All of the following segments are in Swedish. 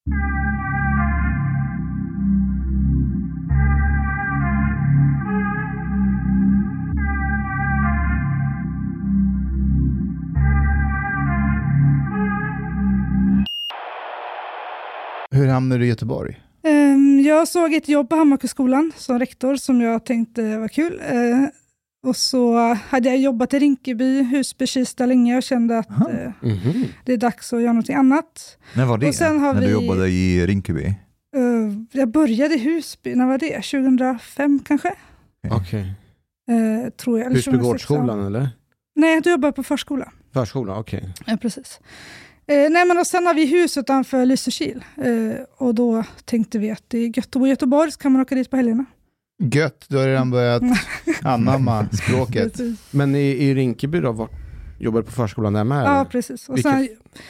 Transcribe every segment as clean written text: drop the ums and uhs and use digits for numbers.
Hur hamnade du i Göteborg? Jag såg ett jobb på Hammarkullskolan som rektor som jag tänkte var kul. Och så hade jag jobbat i Rinkeby, Husby, Kista länge och kände att det är dags att göra något annat. När var det? Och sen har när du jobbade i Rinkeby? Jag började i Husby, när var det? 2005 kanske? Okej. Tror jag. Husbygårdsskolan eller? Nej, jag jobbade på förskola. Förskola, okej. Ja, precis. Nej, men och sen har vi hus utanför Lysekil. Och då tänkte vi att det är gött att bo i Göteborg, så kan man åka dit på helgerna. Gött, då har redan börjat anamma språket. Men i Rinkeby då, jobbar du på förskolan där med? Ja, eller? precis. Och sen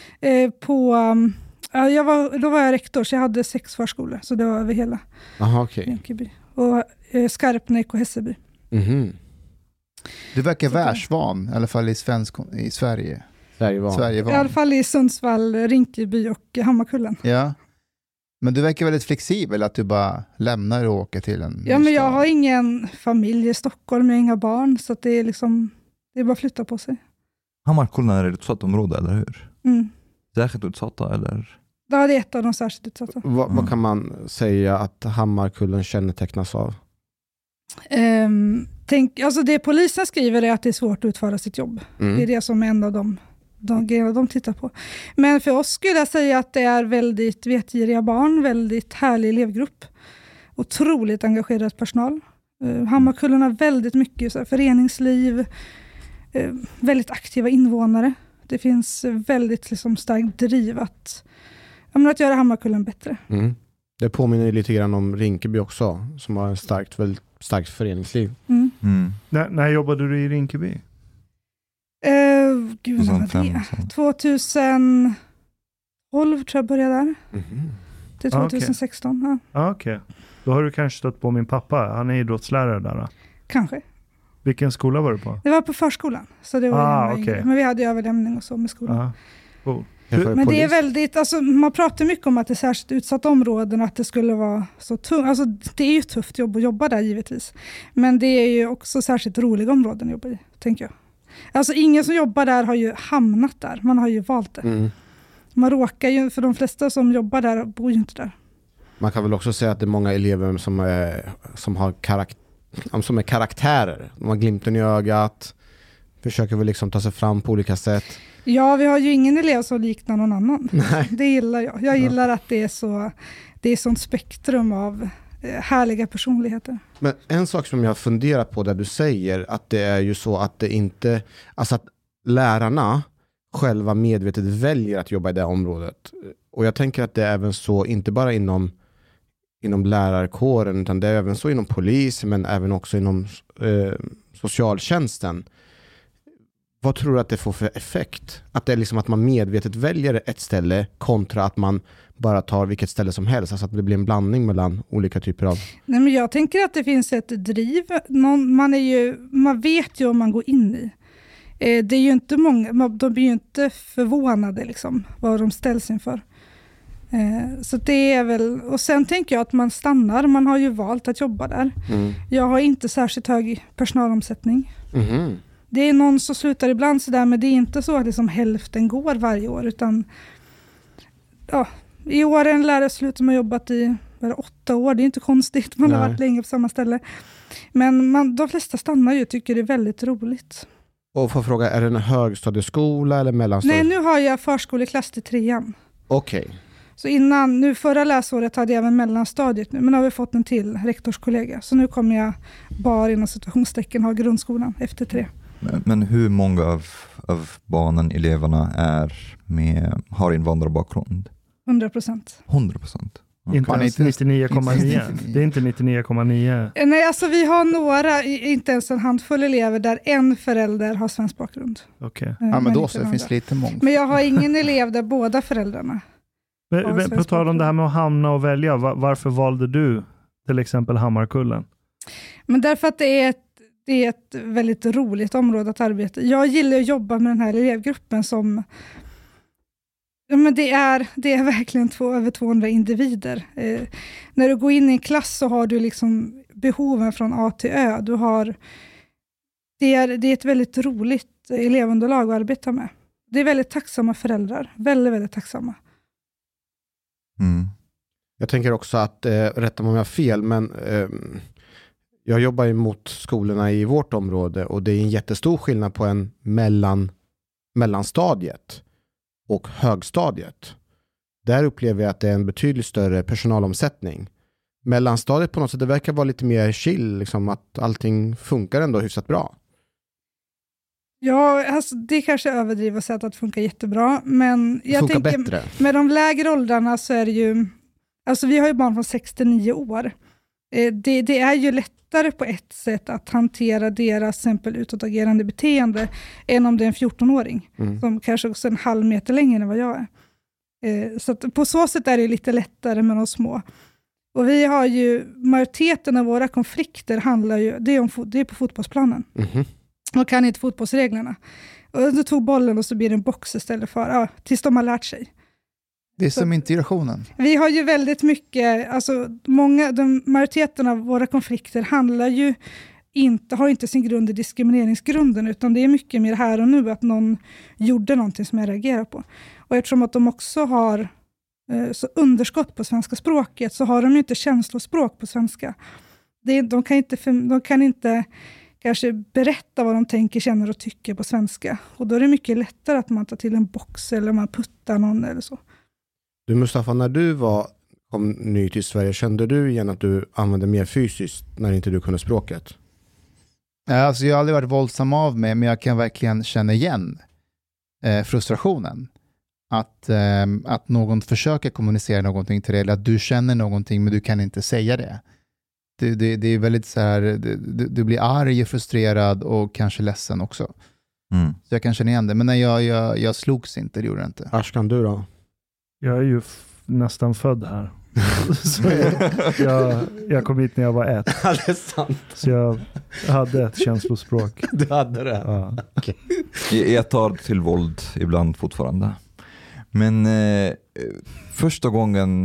då var jag rektor, så jag hade 6 förskolor. Så det var över hela Rinkeby. Och Skarpnäck och Hässelby. Mm-hmm. Du verkar världsvan, i alla fall i Sverige. Sverigevan. I alla fall i Sundsvall, Rinkeby och Hammarkullen. Ja. Men du verkar väldigt flexibel, att du bara lämnar och åker till en Ja, men jag har ingen familj i Stockholm, jag har inga barn, så att det är liksom, det är bara att flytta på sig. Hammarkullen är ett utsatt område, eller hur? Mm. Särskilt utsatta, eller? Ja, det är ett av de särskilt utsatta. Vad kan man säga att Hammarkullen kännetecknas av? Alltså det polisen skriver är att det är svårt att utföra sitt jobb. Det är det som är en av de grejerna de tittar på. Men för oss skulle jag säga att det är väldigt vetgiriga barn, väldigt härlig elevgrupp. Otroligt engagerad personal. Hammarkullen har väldigt mycket så här, föreningsliv, väldigt aktiva invånare. Det finns väldigt liksom, starkt driv att göra Hammarkullen bättre. Mm. Det påminner ju lite grann om Rinkeby också, som har en väldigt starkt föreningsliv. När jobbade du i Rinkeby? Gud, när var det? 2012 tror jag började där. Till 2016. Okej. Då har du kanske stött på min pappa. Han är idrottslärare där då. Kanske. Vilken skola var du på? Det var på förskolan. Så det var men vi hade överlämning och så med skolan. Cool. Men det är väldigt, alltså, man pratar mycket om att det är särskilt utsatta områden och att det skulle vara så tungt. Alltså, det är ju ett tufft jobb att jobba där givetvis. Men det är ju också särskilt roliga områden att jobba i, tänker jag. Alltså ingen som jobbar där har ju hamnat där. Man har ju valt det. Man råkar ju, för de flesta som jobbar där bor ju inte där. Man kan väl också säga att det är många elever som är karaktärer. De har glimten i ögat. Försöker väl liksom ta sig fram på olika sätt. Ja, vi har ju ingen elev som liknar någon annan. Nej. Det gillar jag. Jag gillar att det är sånt spektrum av härliga personligheter. Men en sak som jag har funderat på där du säger, att det är ju så att det inte, alltså att lärarna själva medvetet väljer att jobba i det området. Och jag tänker att det är även så, inte bara inom lärarkåren, utan det är även så inom polis, men även också inom socialtjänsten. Vad tror du att det får för effekt? Att det är liksom att man medvetet väljer ett ställe kontra att man bara tar vilket ställe som helst. Alltså att det blir en blandning mellan olika typer av... Nej, men jag tänker att det finns ett driv. Man vet ju om man går in i. Det är ju inte många, de blir ju inte förvånade liksom, vad de ställs inför. Så det är väl, och sen tänker jag att man stannar. Man har ju valt att jobba där. Jag har inte särskilt hög personalomsättning. Det är någon som slutar ibland sådär, men det är inte så att liksom hälften går varje år, utan i år är en lärare slut som har jobbat i 8 år. Det är inte konstigt, man har varit länge på samma ställe. Men de flesta stannar ju och tycker det är väldigt roligt. Och för att fråga, är det en högstadieskola eller mellanstadie? Nej, nu har jag förskoleklass till 3:an. Okej. Så förra läsåret hade jag även mellanstadiet nu, men nu har vi fått en till rektorskollega. Så nu kommer jag bara inom situationstecken ha grundskolan efter 3. Men hur många av barnen, eleverna har invandrarbakgrund? 100%. 100%? Okay. Inte 99,9. Det är inte 99,9. Nej, alltså vi har några, inte ens en handfull elever där en förälder har svensk bakgrund. Okej. Ja, men då så, det finns lite många. Men jag har ingen elev där båda föräldrarna. På tal om det här med att hamna och välja, varför valde du till exempel Hammarkullen? Men därför att det är ett väldigt roligt område att arbeta. Jag gillar att jobba med den här elevgruppen som Men det är verkligen över 200 individer. När du går in i en klass så har du liksom behoven från A till Ö. Det är ett väldigt roligt elevunderlag att arbeta med. Det är väldigt tacksamma föräldrar. Väldigt, väldigt tacksamma. Mm. Jag tänker också att, rätta mig om jag har fel, men jag jobbar ju mot skolorna i vårt område och det är en jättestor skillnad på en mellanstadiet och högstadiet. Där upplever jag att det är en betydligt större personalomsättning. Mellanstadiet på något sätt, det verkar vara lite mer chill, liksom att allting funkar ändå hyfsat bra. Ja, alltså det kanske överdriver att säga att det funkar jättebra, men jag tänker bättre. Med de lägre åldrarna så är det ju, alltså vi har ju barn från 6-9 år. Det är ju lättare på ett sätt att hantera deras exempel utåtagerande beteende än om det är en 14-åring som kanske också är en halv meter längre än vad jag är. Så att på så sätt är det lite lättare med de små. Och vi har ju, majoriteten av våra konflikter handlar ju, det är på fotbollsplanen. De kan inte fotbollsreglerna. Och då tog bollen och så blir det en box istället för, tills de har lärt sig. Det är som integrationen. Vi har ju väldigt mycket, alltså majoriteten av våra konflikter handlar ju har inte sin grund i diskrimineringsgrunden, utan det är mycket mer här och nu att någon gjorde någonting som jag reagerar på. Och eftersom att de också har så underskott på svenska språket, så har de ju inte känslospråk på svenska. De kan inte kanske berätta vad de tänker, känner och tycker på svenska. Och då är det mycket lättare att man tar till en box eller man puttar någon eller så. Du Mustafa, när du kom ny till Sverige, kände du igen att du använde mer fysiskt när inte du kunde språket? Alltså jag har aldrig varit våldsam av mig, men jag kan verkligen känna igen frustrationen. Att någon försöker kommunicera någonting till dig, eller att du känner någonting men du kan inte säga det. Det är väldigt så här, du blir arg och frustrerad och kanske ledsen också. Så jag kan känna igen det, men när jag slogs inte, det gjorde jag inte. Ashkan, du då? Jag är ju nästan född här. Så jag kom hit när jag var 1. Ja, det är sant. Så jag hade ett känslospråk. Du hade det? Ja. Okay. Jag tar till våld ibland fortfarande. Men första gången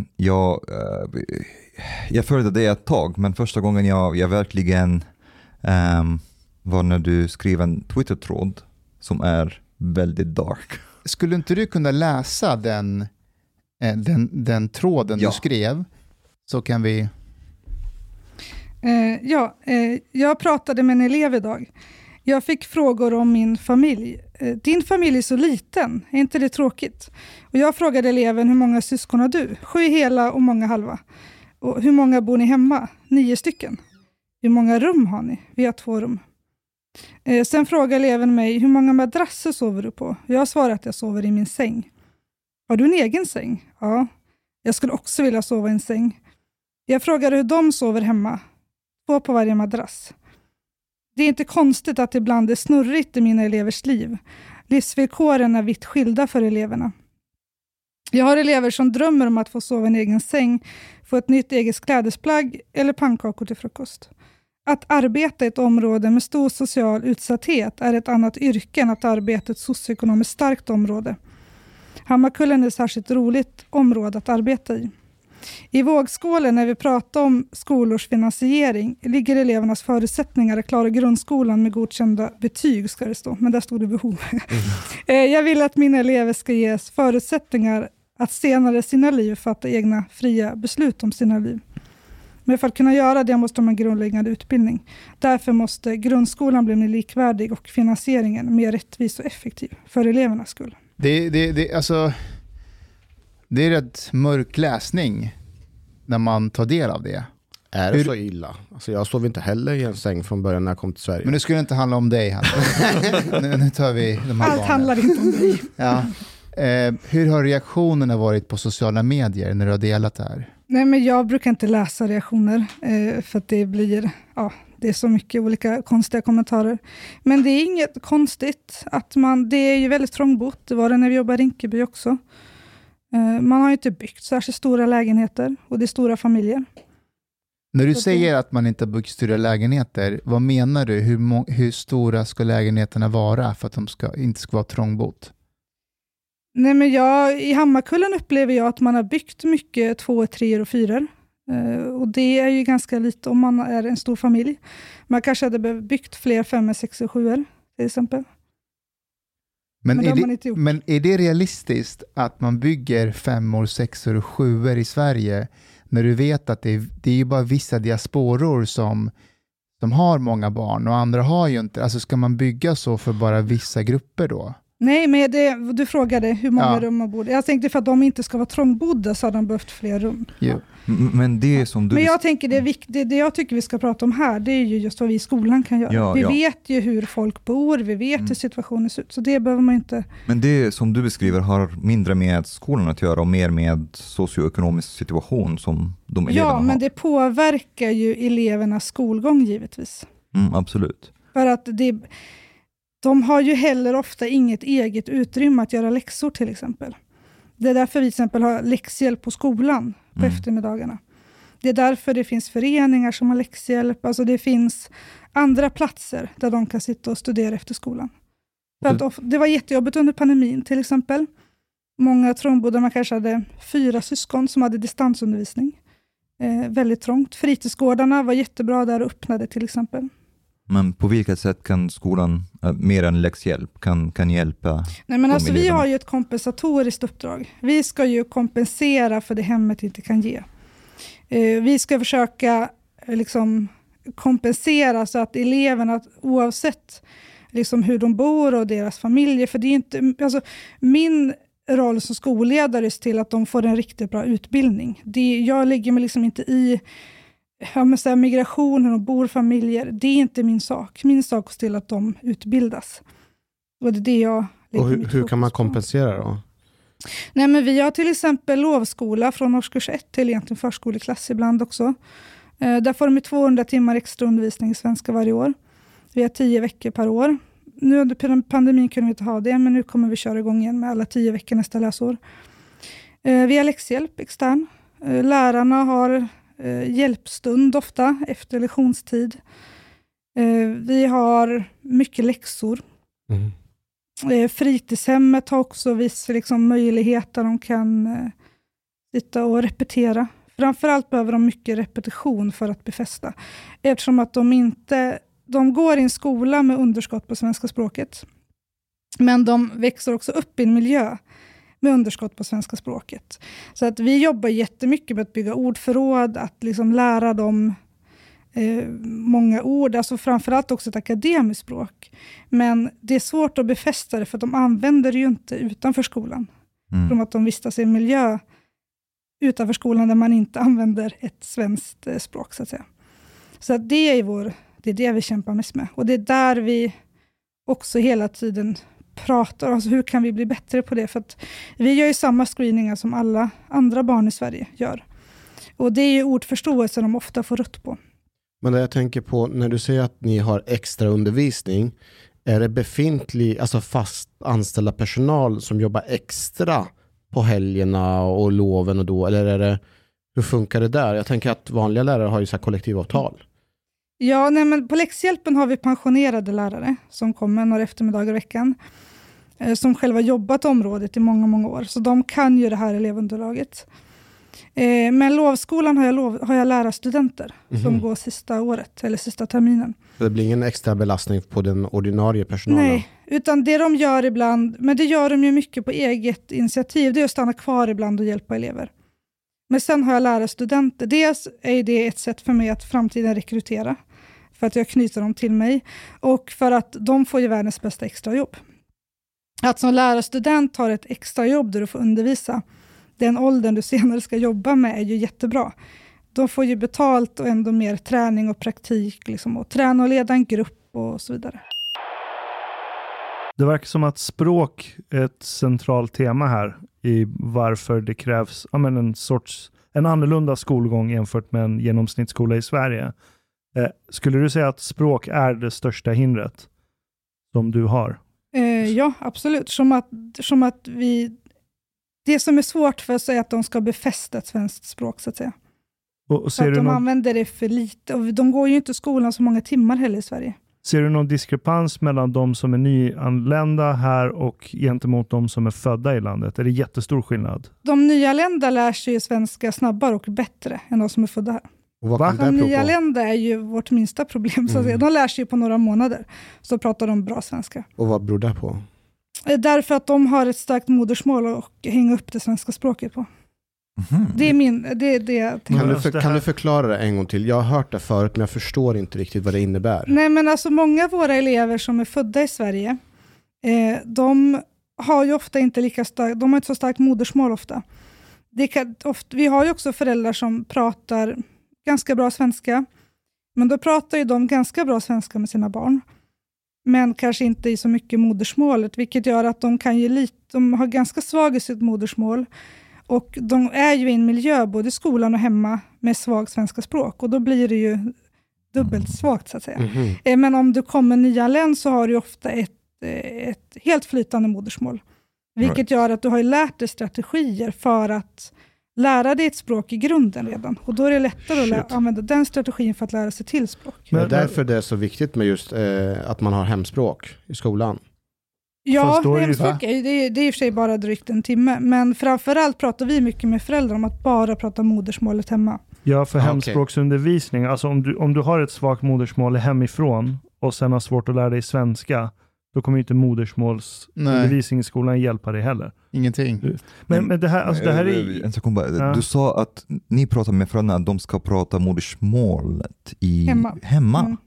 jag följde det ett tag, men första gången jag verkligen var när du skrev en Twitter-tråd som är väldigt dark. Skulle inte du kunna läsa den tråden du skrev, så kan vi... Jag pratade med en elev idag. Jag fick frågor om min familj. Din familj är så liten, är inte det tråkigt? Och jag frågade eleven, hur många syskon har du? 7 hela och många halva. Och hur många bor ni hemma? 9 stycken. Hur många rum har ni? Vi har 2 rum. Sen frågade eleven mig, hur många madrasser sover du på? Jag svarade att jag sover i min säng. Har du en egen säng? Ja. Jag skulle också vilja sova i en säng. Jag frågade hur de sover hemma. 2 på varje madrass. Det är inte konstigt att ibland är snurrigt i mina elevers liv. Livsvillkoren är vitt skilda för eleverna. Jag har elever som drömmer om att få sova i en egen säng, få ett nytt eget klädesplagg eller pannkakor till frukost. Att arbeta i ett område med stor social utsatthet är ett annat yrke än att arbeta i ett socioekonomiskt starkt område. Hammarkullen är ett särskilt roligt område att arbeta i. I vågskålen när vi pratar om skolors finansiering ligger elevernas förutsättningar att klara grundskolan med godkända betyg, ska det stå. Men där stod det behov. Jag vill att mina elever ska ges förutsättningar att senare i sina liv fatta egna fria beslut om sina liv. Men för att kunna göra det måste de ha en grundläggande utbildning. Därför måste grundskolan bli mer likvärdig och finansieringen mer rättvis och effektiv för elevernas skull. Det är rätt mörk läsning när man tar del av det. Är det så illa? Alltså jag sov inte heller i en säng från början när jag kom till Sverige. Men det skulle inte handla om dig. nu tar vi de här Allt handlar inte om dig. Ja. Hur har reaktionerna varit på sociala medier när du har delat det här? Nej, men jag brukar inte läsa reaktioner för att det blir... det är så mycket olika konstiga kommentarer. Men det är inget konstigt att det är ju väldigt trångbott. Det var det när vi jobbade i Rinkeby också. Man har ju inte byggt särskilt stora lägenheter och det är stora familjer. När du säger att man inte har byggt stora lägenheter, vad menar du? Hur stora ska lägenheterna vara för att de inte ska vara trångbott? Nej, men i Hammarkullen upplever jag att man har byggt mycket 2, 3 och 4. Och det är ju ganska lite om man är en stor familj. Man kanske hade byggt fler 5, 6 och 7 till exempel. Men är det realistiskt att man bygger 5, 6 och 7 i Sverige när du vet att det är ju bara vissa diasporor som har många barn och andra har ju inte. Alltså ska man bygga så för bara vissa grupper då? Nej, men du frågade hur många rum man borde. Jag tänkte för att de inte ska vara trångbodda så hade de behövt fler rum. Jo. Men det som du... Men jag tänker det jag tycker vi ska prata om här, det är ju just vad vi i skolan kan göra. Vi vet ju hur folk bor, vi vet hur situationen ser ut, så det behöver man inte... Men det som du beskriver har mindre med skolan att göra och mer med socioekonomisk situation som de eleverna har. Ja, men det påverkar ju elevernas skolgång givetvis. Absolut. För att de har ju heller ofta inget eget utrymme att göra läxor till exempel. Det är därför vi till exempel har läxhjälp på skolan på eftermiddagarna. Det är därför det finns föreningar som har läxhjälp. Alltså det finns andra platser där de kan sitta och studera efter skolan. För att det var jättejobbigt under pandemin till exempel. Många trångbodda, man kanske hade 4 syskon som hade distansundervisning. Väldigt trångt. Fritidsgårdarna var jättebra där och öppnade till exempel. Men på vilket sätt kan skolan, mer än läxhjälp, kan hjälpa? Nej, men alltså vi har ju ett kompensatoriskt uppdrag. Vi ska ju kompensera för det hemmet inte kan ge. Vi ska försöka liksom kompensera så att eleverna, oavsett liksom hur de bor och deras familjer, för det är inte, alltså, min roll som skolledare är till att de får en riktigt bra utbildning. Jag lägger mig liksom inte i migration, hur de bor, familjer. Det är inte min sak. Min sak är till att de utbildas. Och det är det jag lägger. Och hur kan man kompensera då? Nej, men vi har till exempel lovskola från årskurs 1 till egentligen förskoleklass ibland också. Där får de 200 timmar extra undervisning i svenska varje år. Vi har 10 veckor per år. Nu under pandemin kunde vi inte ha det, men nu kommer vi köra igång igen med alla 10 veckor nästa läsår. Vi har läxhjälp extern. Lärarna har hjälpstund ofta efter lektionstid. Vi har mycket läxor. Fritidshemmet har också viss liksom möjlighet där de kan sitta och repetera. Framförallt behöver de mycket repetition för att befästa. Eftersom att de går i en skola med underskott på svenska språket. Men de växer också upp i en miljö med underskott på svenska språket. Så att vi jobbar jättemycket med att bygga ordförråd, att liksom lära dem många ord, alltså framförallt också ett akademiskt språk. Men det är svårt att befästa det för att de använder det ju inte utanför skolan. Som att de vistas i en miljö utanför skolan där man inte använder ett svenskt språk så att säga. Så att det är det vi kämpar mest med. Och det är där vi också hela tiden pratar, alltså hur kan vi bli bättre på det? För att vi gör ju samma screeningar som alla andra barn i Sverige gör. Och det är ju ordförståelse de ofta får rött på. Men det jag tänker på, när du säger att ni har extra undervisning, är det befintlig, alltså fast anställda personal som jobbar extra på helgerna och loven och då, eller är det, hur funkar det där? Jag tänker att vanliga lärare har ju så här kollektivavtal. Ja, nej, men på läxhjälpen har vi pensionerade lärare som kommer några eftermiddagar i veckan. Som själva jobbat området i många, många år. Så de kan ju det här elevunderlaget. Men lovskolan har jag lärarstudenter som går sista året eller sista terminen. Så det blir ingen extra belastning på den ordinarie personalen? Nej, utan det de gör ibland, men det gör de ju mycket på eget initiativ, det är att stanna kvar ibland och hjälpa elever. Men sen har jag lärarstudenter. Dels är det ett sätt för mig att framtiden rekrytera. För att jag knyter dem till mig. Och för att de får ju världens bästa extrajobb. Att som lärarstudent har ett extrajobb där du får undervisa. Den åldern du senare ska jobba med är ju jättebra. De får ju betalt och ändå mer träning och praktik. Liksom, och träna och leda en grupp och så vidare. Det verkar som att språk är ett centralt tema här i varför det krävs en annorlunda skolgång jämfört med en genomsnittsskola i Sverige. Skulle du säga att språk är det största hindret som du har? Ja, absolut. Som att det som är svårt för oss är att de ska befästa ett svenskt språk så att säga. Och så att de använder det för lite. Och de går ju inte i skolan så många timmar heller i Sverige. Ser du någon diskrepans mellan de som är nyanlända här och gentemot de som är födda i landet? Är det jättestor skillnad? De nyanlända lär sig ju svenska snabbare och bättre än de som är födda här. Och vad kan det De bero på? nyanlända är ju vårt minsta problem. Så att säga. De lär sig ju på några månader. Så pratar de bra svenska. Och vad beror det på? Därför att de har ett starkt modersmål och hänga upp det svenska språket på. Det är det jag tänker. Kan du förklara det en gång till? Jag har hört det förut men jag förstår inte riktigt vad det innebär. Nej, men alltså många av våra elever som är födda i Sverige, de har ju ofta inte lika starkt, de har inte så starkt modersmål ofta. Vi har ju också föräldrar som pratar ganska bra svenska, men då pratar ju de ganska bra svenska med sina barn. Men kanske inte i så mycket modersmålet, vilket gör att de har ganska svag i sitt modersmål. Och de är ju i en miljö, både i skolan och hemma, med svag svenska språk. Och då blir det ju dubbelt svagt så att säga. Men om du kommer nyanländ så har du ofta ett helt flytande modersmål. Vilket gör att du har lärt dig strategier för att lära dig ett språk i grunden redan. Och då är det lättare att använda den strategin för att lära sig till språk. Men det är därför det är så viktigt med just att man har hemspråk i skolan. Ja, hemspråk det är i och för sig bara drygt en timme. Men framförallt pratar vi mycket med föräldrar om att bara prata modersmålet hemma. Ja, för hemspråksundervisning. Alltså om du har ett svagt modersmål hemifrån och sen har svårt att lära dig svenska, då kommer ju inte modersmålsundervisning i skolan hjälpa dig heller. Ingenting. Men det här, alltså det här är... En sekund bara. Du sa att ni pratar med föräldrarna att de ska prata modersmålet hemma.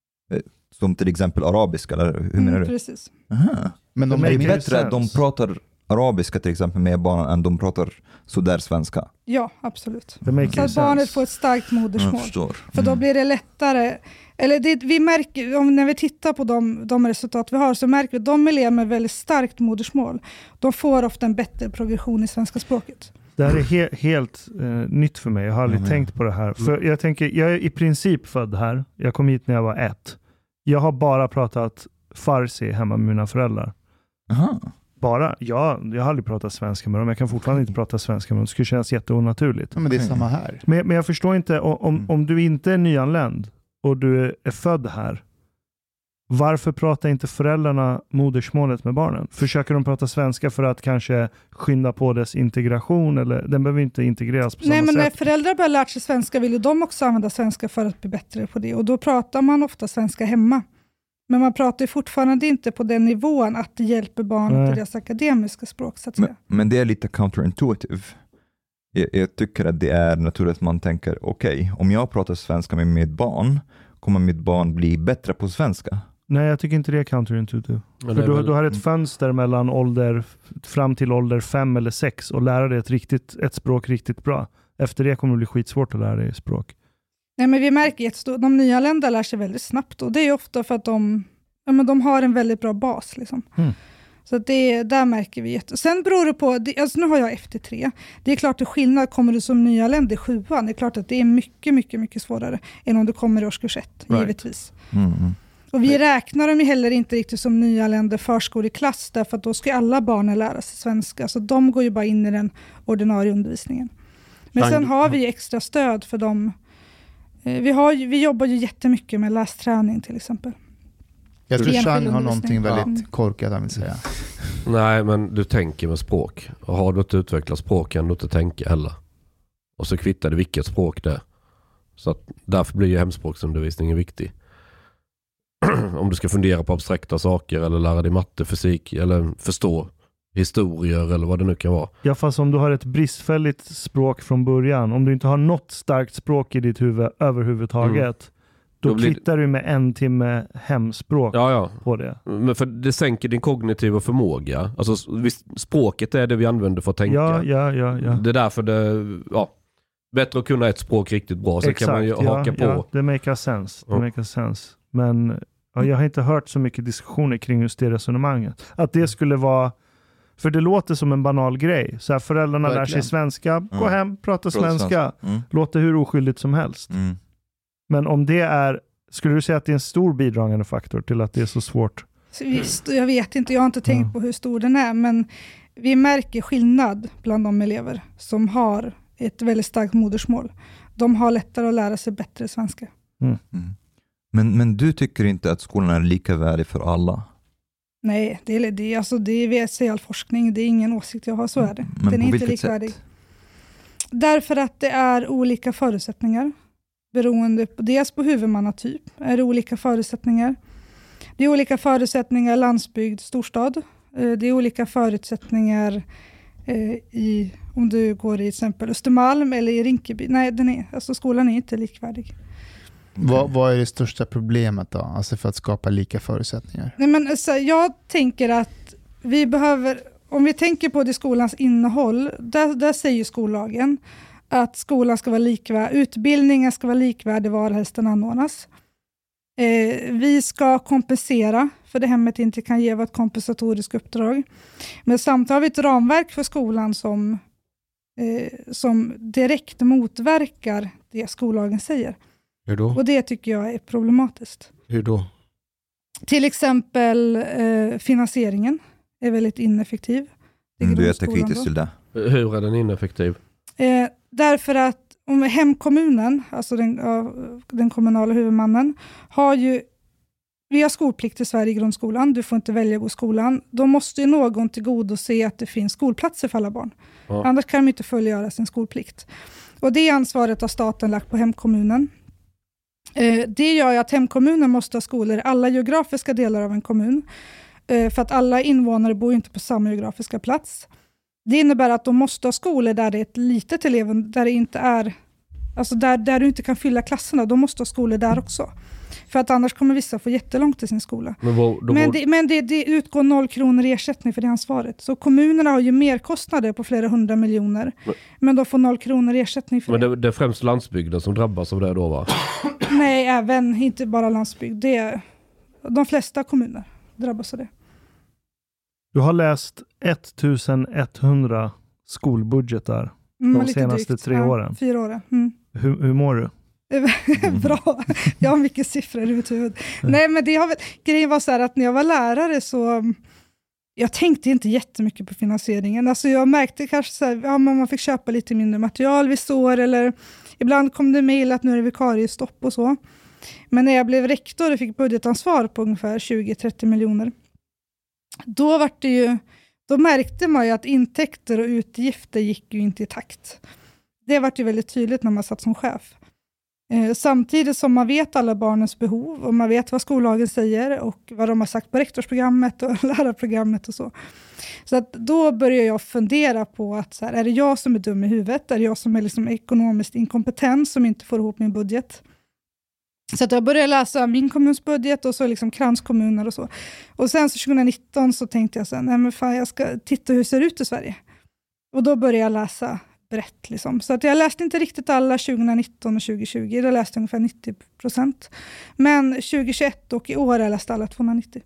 Som till exempel arabiska, eller hur menar du? Precis. Aha. Men är det bättre att de pratar arabiska till exempel med barnen än de pratar sådär svenska? Ja, absolut. Så att barnet får ett starkt modersmål. För då blir det lättare. Eller vi märker, när vi tittar på de resultat vi har, så märker vi att de elever med väldigt starkt modersmål, de får ofta en bättre progression i svenska språket. Det här är helt nytt för mig. Jag har aldrig tänkt på det här. För jag är i princip född här. Jag kom hit när jag var 1. Jag har bara pratat farsi hemma med mina föräldrar. Aha. Bara, jag har aldrig pratat svenska med dem. Jag kan fortfarande inte prata svenska med dem. Det skulle kännas jätteonaturligt. Ja, men det är samma här. Men jag förstår inte, om du inte är nyanländ och du är född här, varför pratar inte föräldrarna modersmålet med barnen? Försöker de prata svenska för att kanske skynda på dess integration? Eller den behöver inte integreras på samma sätt. Nej, men när föräldrar börjar lära sig svenska vill ju de också använda svenska för att bli bättre på det. Och då pratar man ofta svenska hemma. Men man pratar ju fortfarande inte på den nivån att det hjälper barn till deras akademiska språk, så att säga. Men det är lite counterintuitive. Jag tycker att det är naturligt att man tänker, okej, om jag pratar svenska med mitt barn, kommer mitt barn bli bättre på svenska? Nej, jag tycker inte det är counterintuitive. För du har ett fönster mellan fram till ålder 5 eller 6 och lära dig ett språk riktigt bra. Efter det kommer det bli skitsvårt att lära dig språk. Nej, men vi märker att de nyanlända lär sig väldigt snabbt, och det är ofta för att de har en väldigt bra bas liksom. Så att där märker vi Sen beror det på, alltså nu har jag FT3. Det är klart att skillnad, kommer du som nyanländ i 7:an, det är klart att det är mycket, mycket, mycket svårare än om du kommer i årskurs 1, givetvis. Och vi räknar dem ju heller inte riktigt som nyanlända förskoleklass, därför att då ska alla barnen lära sig svenska. Så de går ju bara in i den ordinarie undervisningen. Men sen har vi extra stöd för dem. Vi jobbar ju jättemycket med lästräning till exempel. Jag tror Chang har någonting väldigt korkat, jag vill säga. Nej, men du tänker med språk. Och har du inte utvecklat språk kan du inte tänka heller. Och så kvittar det vilket språk det är. Så att därför blir ju hemspråksundervisningen viktig. Om du ska fundera på abstrakta saker eller lära dig matte, fysik eller förstå historier eller vad det nu kan vara. Ja, fast om du har ett bristfälligt språk från början, om du inte har något starkt språk i ditt huvud överhuvudtaget, då kvittar du med 1 timme hemspråk på det. Men för det sänker din kognitiva förmåga. Alltså språket är det vi använder för att tänka. Ja. Det är därför bättre att kunna ett språk riktigt bra, så kan man ju haka på. Ja, det makes sense. Men jag har inte hört så mycket diskussioner kring just det resonemanget. Att det skulle vara, för det låter som en banal grej. Så här, föräldrarna lär sig svenska, gå hem, prata svenska. Låter hur oskyldigt som helst. Men om det är, skulle du säga att det är en stor bidragande faktor till att det är så svårt? Visst, jag vet inte, jag har inte tänkt på hur stor den är, men vi märker skillnad bland de elever som har ett väldigt starkt modersmål. De har lättare att lära sig bättre svenska. Men du tycker inte att skolan är lika värdig för alla? Nej, det är all forskning. Det är ingen åsikt jag har, så är det. Men Den är på inte vilket likvärdig. sätt? Därför att det är olika förutsättningar. Beroende på, dels på huvudmannatyp är det olika förutsättningar. Det är olika förutsättningar landsbygd, storstad. Det är olika förutsättningar om du går i till exempel Östermalm eller i Rinkeby. Nej, skolan är inte likvärdig. Vad är det största problemet då? Alltså för att skapa lika förutsättningar? Nej, men jag tänker att vi behöver, om vi tänker på det skolans innehåll, där säger skollagen att skolan ska vara likvärdig, utbildningen ska vara likvärdig var helst den anordnas. Vi ska kompensera för det hemmet inte kan ge ett kompensatoriskt uppdrag. Men samtidigt har vi ett ramverk för skolan som direkt motverkar det skollagen säger. Hur då? Och det tycker jag är problematiskt. Hur då? Till exempel finansieringen är väldigt ineffektiv. Du är jättekritisk till det. Hur är den ineffektiv? Därför att om hemkommunen, alltså den kommunala huvudmannen, vi har skolplikt i Sverige i grundskolan. Du får inte välja att gå i skolan. Då måste ju någon tillgodose att det finns skolplatser för alla barn. Ja. Annars kan de inte fullgöra sin skolplikt. Och det ansvaret har staten lagt på hemkommunen. Det gör ju att hemkommunen måste ha skolor i alla geografiska delar av en kommun. För att alla invånare bor inte på samma geografiska plats. Det innebär att de måste ha skolor där det är ett litet elev, där det inte är, alltså där du inte kan fylla klasserna. De måste ha skolor där också. För att annars kommer vissa få jättelångt till sin skola. Men det utgår 0 kronor i ersättning för det ansvaret. Så kommunerna har ju mer kostnader på flera 100 miljoner. Men de får 0 kronor i ersättning för det. Men det är främst landsbygden som drabbas av det då, va? Nej, även inte bara landsbygd. De flesta kommuner drabbas av det. Du har läst 1100 skolbudgetar de senaste 3 åren. 4 åren. Mm. Hur mår du? Bra. Jag har mycket siffror i mitt huvud. Nej, men grejen var så här att när jag var lärare så jag tänkte inte jättemycket på finansieringen. Alltså jag märkte kanske så här, man fick köpa lite mindre material vid år, eller ibland kom det mejl att nu är det vikariestopp och så. Men när jag blev rektor och fick budgetansvar på ungefär 20-30 miljoner, då märkte man ju att intäkter och utgifter gick ju inte i takt. Det var ju väldigt tydligt när man satt som chef. Samtidigt som man vet alla barnens behov och man vet vad skollagen säger och vad de har sagt på rektorsprogrammet och lärarprogrammet och så. Så att då börjar jag fundera på att så här, är det jag som är dum i huvudet? Är det jag som är liksom ekonomiskt inkompetent som inte får ihop min budget? Så att jag började läsa min kommuns budget och så liksom kranskommuner och så. Och sen så 2019 så tänkte jag så här, nej men fan, jag ska titta hur det ser ut i Sverige. Och då började jag läsa brett liksom. Så att jag läste inte riktigt alla 2019 och 2020. Då läste jag ungefär 90%. Men 2021 och i år har jag läst alla 290.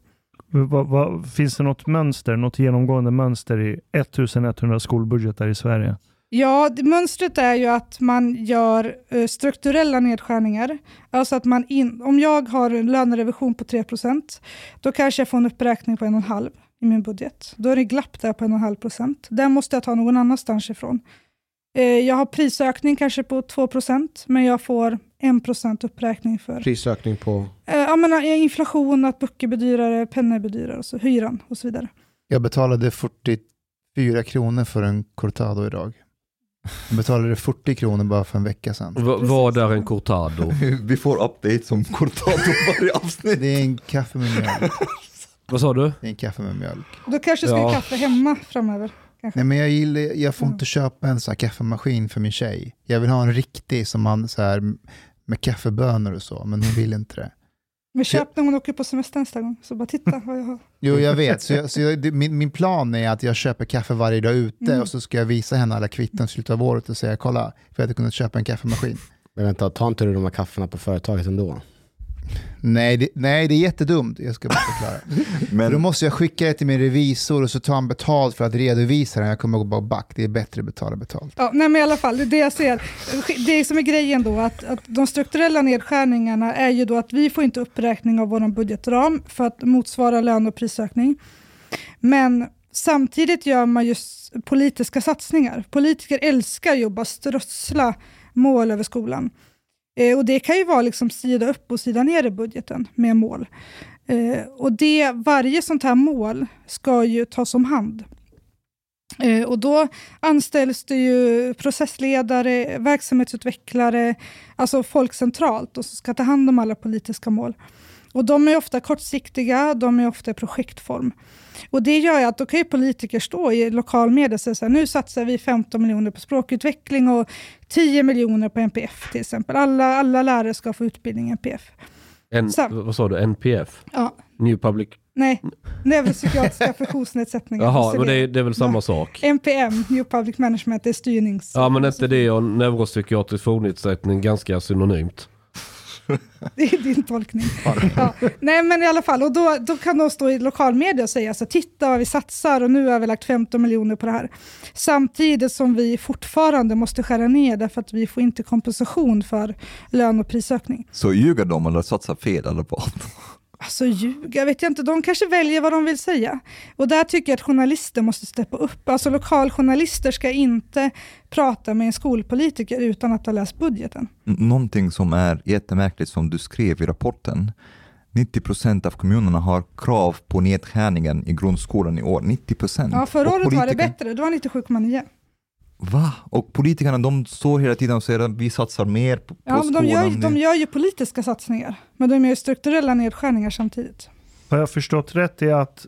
Finns det något genomgående mönster i 1100 skolbudgetar i Sverige? Ja, mönstret är ju att man gör strukturella nedskärningar. Alltså att om jag har en lönerevision på 3%, då kanske jag får en uppräkning på 1,5% i min budget. Då är det glapp där på 1,5%. Där måste jag ta någon annanstans ifrån. Jag har prisökning kanske på 2%, men jag får 1% uppräkning för... Prisökning på? Inflation, att böcker blir dyrare, pennor blir dyrare, och så hyran och så vidare. Jag betalade 44 kronor för en cortado idag. Jag betalade 40 kronor bara för en vecka sedan. Vad är en cortado? Vi får updates om cortado varje avsnitt. Det är en kaffe med mjölk. Vad sa du? Det är en kaffe med mjölk. Då kanske ska jag kaffe hemma framöver. Kanske. Nej, men jag får inte köpa en sån här kaffemaskin för min tjej. Jag vill ha en riktig som man så här med kaffebönor och så, men hon vill inte det. Men köp när hon åker på semester nästa gång, så bara titta vad jag har. Jo, jag vet. Min plan är att jag köper kaffe varje dag ute och så ska jag visa henne alla kvitton i slutet av året och säga, kolla, för jag hade kunnat köpa en kaffemaskin. Men vänta, ta inte du de här kafferna på företaget ändå? Nej, det är jättedumt. Jag ska bara förklara. Men då måste jag skicka det till min revisor och så tar han betalt för att redovisa den. Jag kommer att gå bara back. Det är bättre betalt. Ja, nej, men i alla fall, det jag ser. Det som är grejen då, att de strukturella nedskärningarna är ju då att vi får inte uppräkning av vår budgetram för att motsvara lön- och prisökning. Men samtidigt gör man just politiska satsningar. Politiker älskar ju att bara strössla mål över skolan. Och det kan ju vara liksom sida upp och sida ner i budgeten med mål. Och varje sånt här mål ska ju tas om hand. Och då anställs det ju processledare, verksamhetsutvecklare, alltså folk centralt och som ska ta hand om alla politiska mål. Och de är ofta kortsiktiga, de är ofta i projektform. Och det gör ju att då kan ju politiker stå i lokalmedia och säga så här, nu satsar vi 15 miljoner på språkutveckling och 10 miljoner på NPF till exempel. Alla lärare ska få utbildning i NPF. Vad sa du? NPF? Ja. New Public... Nej, neuropsykiatriska funktionsnedsättningar. Jaha, men det är väl samma sak? NPM, New Public Management, är styrnings... Ja, men inte det och neuropsykiatrisk funktionsnedsättning ganska synonymt. Det är din tolkning. Ja. Nej, men i alla fall. Och då kan de stå i lokalmedia och säga så titta vad vi satsar och nu har vi lagt 15 miljoner på det här. Samtidigt som vi fortfarande måste skära ner därför att vi får inte kompensation för lön- och prisökning. Så ljuger de eller satsar fel eller vad? Alltså ljuga, vet jag inte. De kanske väljer vad de vill säga. Och där tycker jag att journalister måste steppa upp. Alltså lokaljournalister ska inte prata med en skolpolitiker utan att ha läst budgeten. Någonting som är jättemärkligt som du skrev i rapporten. 90% av kommunerna har krav på nedskärningen i grundskolan i år. 90%. Ja, förra året var det bättre. Det var 97,9. Va? Och politikerna de står hela tiden och säger att vi satsar mer på skolan. De gör ju politiska satsningar. Men de gör strukturella nedskärningar samtidigt. Har jag förstått rätt är att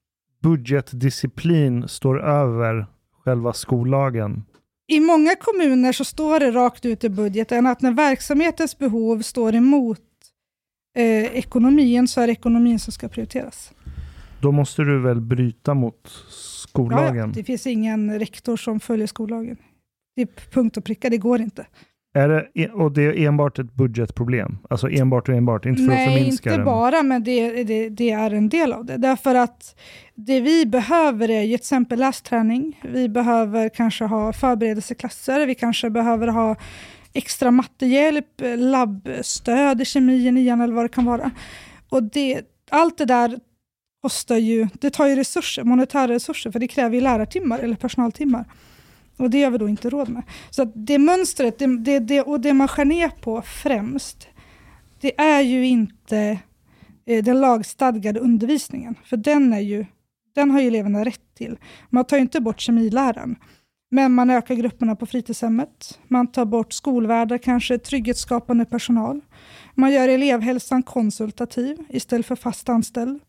budgetdisciplin står över själva skollagen? I många kommuner så står det rakt ut i budgeten att när verksamhetens behov står emot ekonomin så är det ekonomin som ska prioriteras. Då måste du väl bryta mot skollagen? Ja, det finns ingen rektor som följer skollagen. Det är punkt och pricka, det går inte. Och det är enbart ett budgetproblem? Alltså enbart, inte för att förminska det? Nej, inte bara, men det är en del av det. Därför att det vi behöver är ju till exempel lästräning. Vi behöver kanske ha förberedelseklasser. Vi kanske behöver ha extra mattehjälp, labbstöd i kemi, nian eller vad det kan vara. Och allt det där kostar ju, det tar ju resurser, monetära resurser, för det kräver ju lärartimmar eller personaltimmar. Och det har vi då inte råd med. Så att det mönstret, det man skär ner på främst, det är ju inte den lagstadgade undervisningen. För den har ju eleverna rätt till. Man tar ju inte bort kemiläraren. Men man ökar grupperna på fritidshemmet. Man tar bort skolvärdar, kanske trygghetsskapande personal. Man gör elevhälsan konsultativ istället för fast anställd.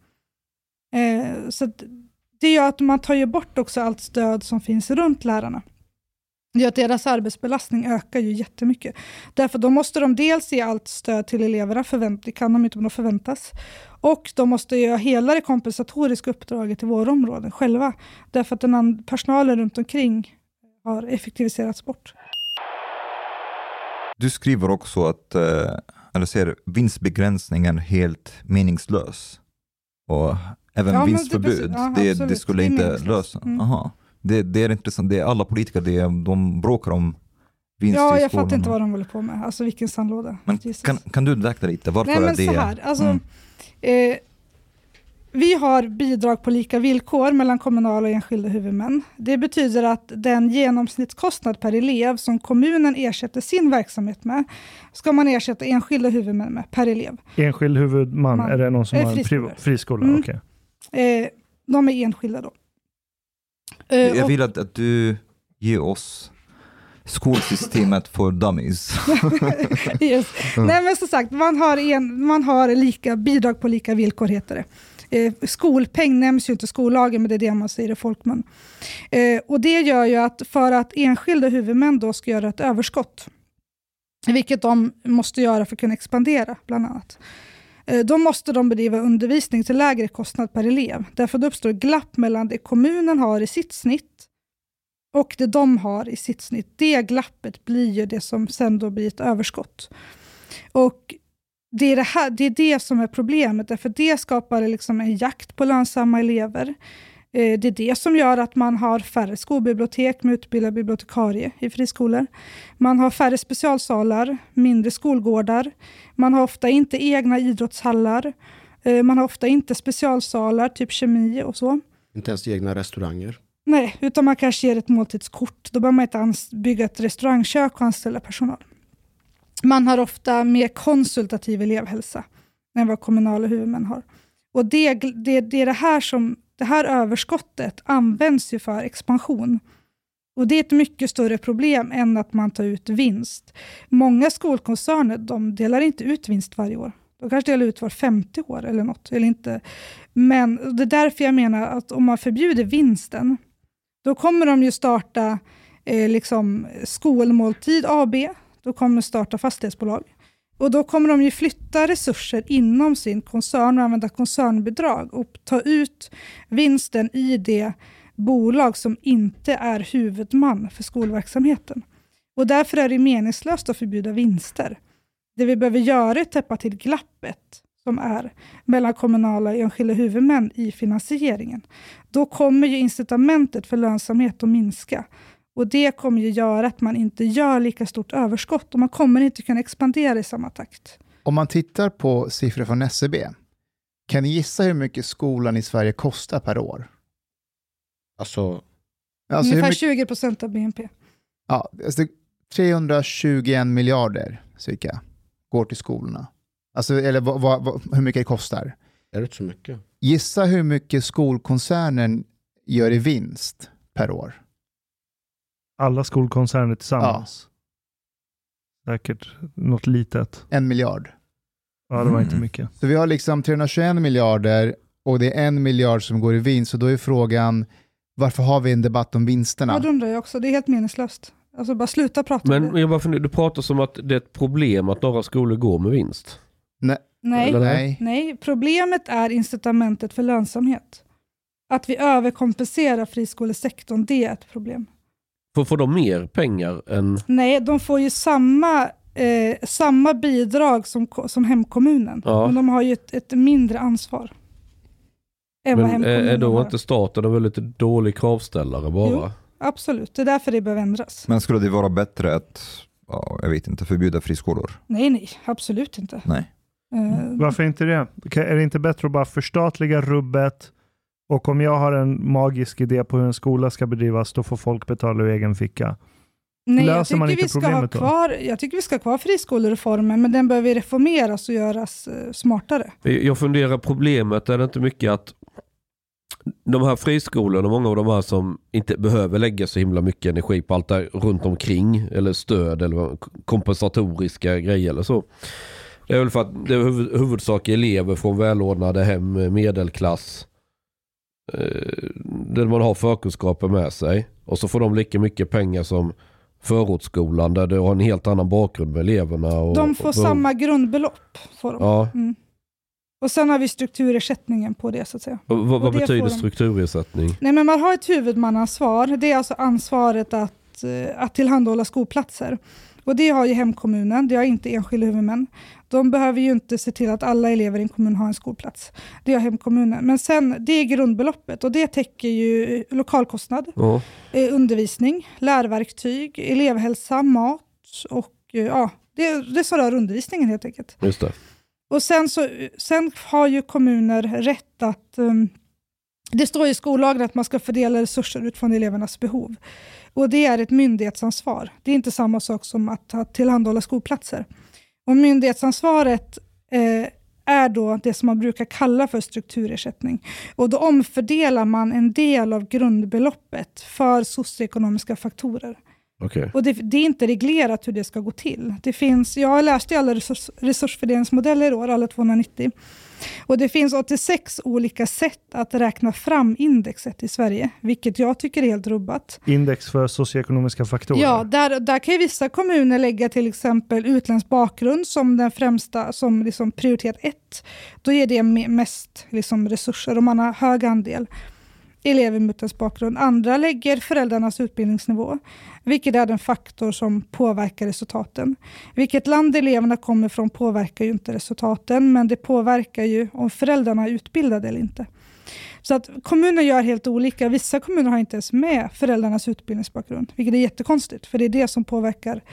Så det gör att man tar ju bort också allt stöd som finns runt lärarna. Det gör att deras arbetsbelastning ökar ju jättemycket. Därför då måste de dels ge allt stöd till eleverna, det kan de inte om de förväntas. Och de måste göra hela det kompensatoriska uppdraget i våra områden själva. Därför att personalen runt omkring har effektiviserats bort. Du skriver också att vinstbegränsningen är helt meningslös. Och även vinstförbud, det skulle inte lösa. Aha. Det är intressant. Det är alla politiker, de bråkar om vinst i skolan. Ja, jag fattar inte vad de håller på med. Alltså vilken sandlåda. Men kan du utveckla lite? Varför Nej, men är det? Så här, alltså, vi har bidrag på lika villkor mellan kommunala och enskilda huvudmän. Det betyder att den genomsnittskostnad per elev som kommunen ersätter sin verksamhet med ska man ersätta enskilda huvudmän med per elev. Enskild huvudman, är det någon som har en friskola? Okay. De är enskilda då. Jag vill att du ger oss skolsystemet för dummies. Yes. Nej, men som sagt, man har lika bidrag på lika villkor, heter det. Skolpeng nämns ju inte i skollagen, men det är det man säger i folkmun. Och det gör ju att för att enskilda huvudmän då ska göra ett överskott, vilket de måste göra för att kunna expandera bland annat, då måste de bedriva undervisning till lägre kostnad per elev. Därför då uppstår glapp mellan det kommunen har i sitt snitt och det de har i sitt snitt. Det glappet blir ju det som sen då blir ett överskott. Och det är det som är problemet. Därför det skapar liksom en jakt på lönsamma elever. Det är det som gör att man har färre skolbibliotek med utbildade bibliotekarie i friskolor. Man har färre specialsalar, mindre skolgårdar. Man har ofta inte egna idrottshallar. Man har ofta inte specialsalar, typ kemi och så. Inte ens egna restauranger. Nej, utan man kanske ger ett måltidskort. Då behöver man inte bygga ett restaurangkök och anställa personal. Man har ofta mer konsultativ elevhälsa än vad kommunala huvudmän har. Och det är det här som, det här överskottet används ju för expansion. Och det är ett mycket större problem än att man tar ut vinst. Många skolkoncerner, de delar inte ut vinst varje år. De kanske delar ut var 50 år eller något. Eller inte. Men det är därför jag menar att om man förbjuder vinsten, då kommer de ju starta liksom skolmåltid AB. Då kommer de starta fastighetsbolag. Och då kommer de ju flytta resurser inom sin koncern och använda koncernbidrag och ta ut vinsten i det bolag som inte är huvudman för skolverksamheten. Och därför är det meningslöst att förbjuda vinster. Det vi behöver göra är att täppa till glappet som är mellan kommunala och enskilda huvudmän i finansieringen. Då kommer ju incitamentet för lönsamhet att minska. Och det kommer ju göra att man inte gör lika stort överskott och man kommer inte kunna expandera i samma takt. Om man tittar på siffror från SCB, kan ni gissa hur mycket skolan i Sverige kostar per år? Alltså ungefär 20% av BNP. Ja, alltså 321 miljarder cirka går till skolorna. Alltså, eller hur mycket det kostar. Är det inte så mycket? Gissa hur mycket skolkoncernen gör i vinst per år. Alla skolkoncerner tillsammans. Ja. Säkert något litet. 1 miljard. Ja, det var inte mycket. Så vi har liksom 321 miljarder och det är 1 miljard som går i vinst. Så då är frågan, varför har vi en debatt om vinsterna? Ja, det undrar jag också. Det är helt meningslöst. Alltså bara sluta prata om det. Men jag bara funderar, du pratar som att det är ett problem att några skolor går med vinst. Nej, problemet är incitamentet för lönsamhet. Att vi överkompenserar friskolesektorn, det är ett problem. Får de mer pengar än... Nej, de får ju samma bidrag som hemkommunen. Ja. Men de har ju ett mindre ansvar. Men är då inte staten en väldigt dålig kravställare bara? Jo, absolut. Det är därför det behöver ändras. Men skulle det vara bättre att, jag vet inte, förbjuda friskolor? Nej, absolut inte. Nej. Varför inte det? Är det inte bättre att bara förstatliga rubbet? Och om jag har en magisk idé på hur en skola ska bedrivas, då får folk betala ur egen ficka. Nej, jag tycker vi ska ha kvar friskolereformen, men den behöver reformeras och göras smartare. Jag funderar, problemet är det inte mycket att de här friskolorna, många av de här som inte behöver lägga så himla mycket energi på allt där runt omkring, eller stöd eller kompensatoriska grejer eller så. Det är väl för att det är huvudsak elever från välordnade hem, medelklass, där man har förkunskaper med sig, och så får de lika mycket pengar som förortsskolan där du har en helt annan bakgrund med eleverna. De får samma grundbelopp. Får de. Ja. Mm. Och sen har vi strukturersättningen på det så att säga. Vad betyder strukturersättning? Nej, men man har ett huvudmannaansvar. Det är alltså ansvaret att tillhandahålla skolplatser. Och det har ju hemkommunen, det har inte enskilda huvudmän. De behöver ju inte se till att alla elever i en kommun har en skolplats. Det har hemkommunen. Men sen, det är grundbeloppet och det täcker ju lokalkostnad, undervisning, lärverktyg, elevhälsa, mat och det så rör undervisningen helt enkelt. Just det. Och sen har ju kommuner rätt att, det står i skollagen att man ska fördela resurser utifrån elevernas behov. Och det är ett myndighetsansvar. Det är inte samma sak som att tillhandahålla skolplatser. Och myndighetsansvaret är då det som man brukar kalla för strukturersättning. Och då omfördelar man en del av grundbeloppet för socioekonomiska faktorer. Okay. Och det är inte reglerat hur det ska gå till. Jag har läst i alla resursfördelningsmodeller i år, alla 290. Och det finns 86 olika sätt att räkna fram indexet i Sverige, vilket jag tycker är helt rubbat. Index för socioekonomiska faktorer? Ja, där kan ju vissa kommuner lägga till exempel utländsk bakgrund som den främsta, som liksom prioritet 1. Då ger det mest liksom resurser och man har hög andel elever med utländsk bakgrund. Andra lägger föräldrarnas utbildningsnivå, vilket är den faktor som påverkar resultaten. Vilket land eleverna kommer från påverkar ju inte resultaten, men det påverkar ju om föräldrarna är utbildade eller inte. Så att kommuner gör helt olika. Vissa kommuner har inte ens med föräldrarnas utbildningsbakgrund, vilket är jättekonstigt, för det är det som påverkar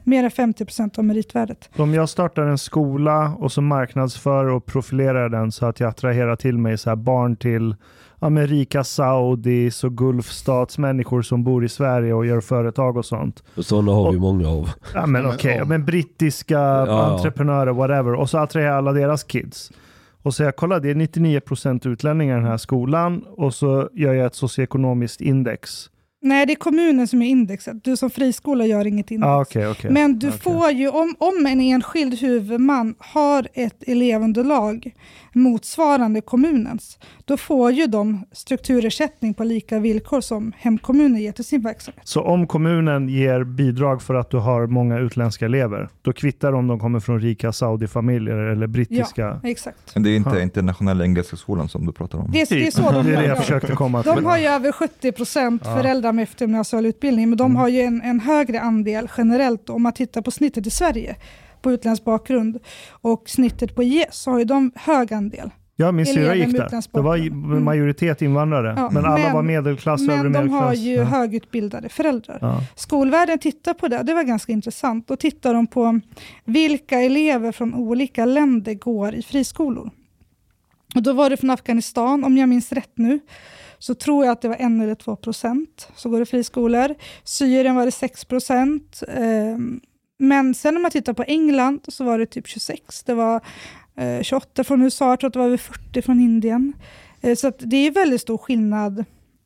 Mer än 50% av meritvärdet. Om jag startar en skola och så marknadsför och profilerar den så att jag attraherar till mig så här barn till rika Saudis och Gulfstatsmänniskor som bor i Sverige och gör företag och sånt. Sådana har vi många av. Ja, men men brittiska entreprenörer, whatever. Och så attraherar alla deras kids. Och så jag kollar, det är 99% utlänningar i den här skolan och så gör jag ett socioekonomiskt index. Nej, det är kommunen som är indexet. Du som friskola gör inget index. Okay. Men du får ju, om en enskild huvudman har ett elevunderlag motsvarande kommunens, då får ju de strukturersättning på lika villkor som hemkommunen ger till sin verksamhet. Så om kommunen ger bidrag för att du har många utländska elever, då kvittar om de kommer från rika Saudi-familjer eller brittiska? Ja, exakt. Men det är inte internationella engelska skolan som du pratar om? Det är så de det är det jag försökte komma till. De har ju över 70% föräldrar med eftergymnasial utbildning, men de har ju en högre andel generellt om man tittar på snittet i Sverige på utländsk bakgrund och snittet på IS så har ju de hög andel. Ja, min syra gick där. Det var majoritet invandrare, men alla var medelklass och övre medelklass. Men de har ju högutbildade föräldrar. Ja. Skolvärlden tittar på det var ganska intressant. Då tittar de på vilka elever från olika länder går i friskolor. Och då var det från Afghanistan, om jag minns rätt nu, så tror jag att det var 1 eller 2% så går det friskolor. Syrien var det 6%. Men sen när man tittar på England så var det typ 26. Det var 28 från USA, jag tror att det var över 40 från Indien. Så att det är väldigt stor skillnad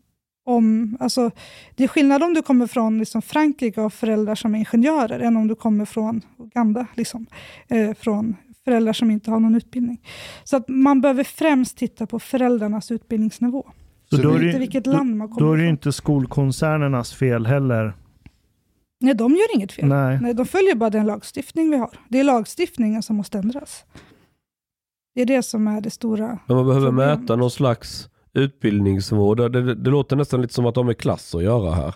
det är skillnad om du kommer från liksom Frankrike och föräldrar som är ingenjörer än om du kommer från Uganda, från föräldrar som inte har någon utbildning. Så att man behöver främst titta på föräldrarnas utbildningsnivå. Så då är, inte vilket land man kommer då är det från. Inte skolkoncernernas fel heller. Nej, de gör inget fel. Nej, de följer bara den lagstiftning vi har. Det är lagstiftningen som måste ändras. Det är det som är det stora men man behöver problemet. mäta någon slags utbildningsnivå. Det låter nästan lite som att de är klass att göra här.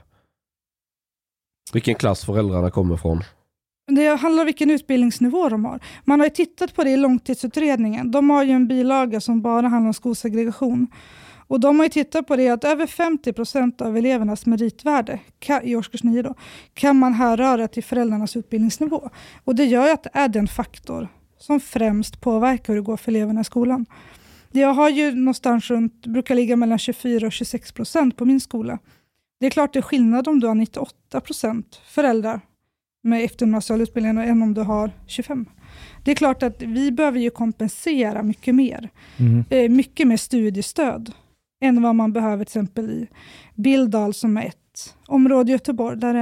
Vilken klass föräldrarna kommer från. Det handlar om vilken utbildningsnivå de har. Man har ju tittat på det i långtidsutredningen. De har ju en bilaga som bara handlar om skolsegregation. Och de har ju tittat på det att över 50% av elevernas meritvärde i årskurs 9 då, kan man härröra till föräldrarnas utbildningsnivå. Och det gör ju att det är den faktor som främst påverkar hur det går för eleverna i skolan. Jag har ju någonstans brukar ligga mellan 24 och 26% på min skola. Det är klart det är skillnad om du har 98% föräldrar med eftergymnasial utbildning än om du har 25%. Det är klart att vi behöver ju kompensera mycket mer. Mycket mer studiestöd än vad man behöver till exempel i Billdal som är ett område i Göteborg där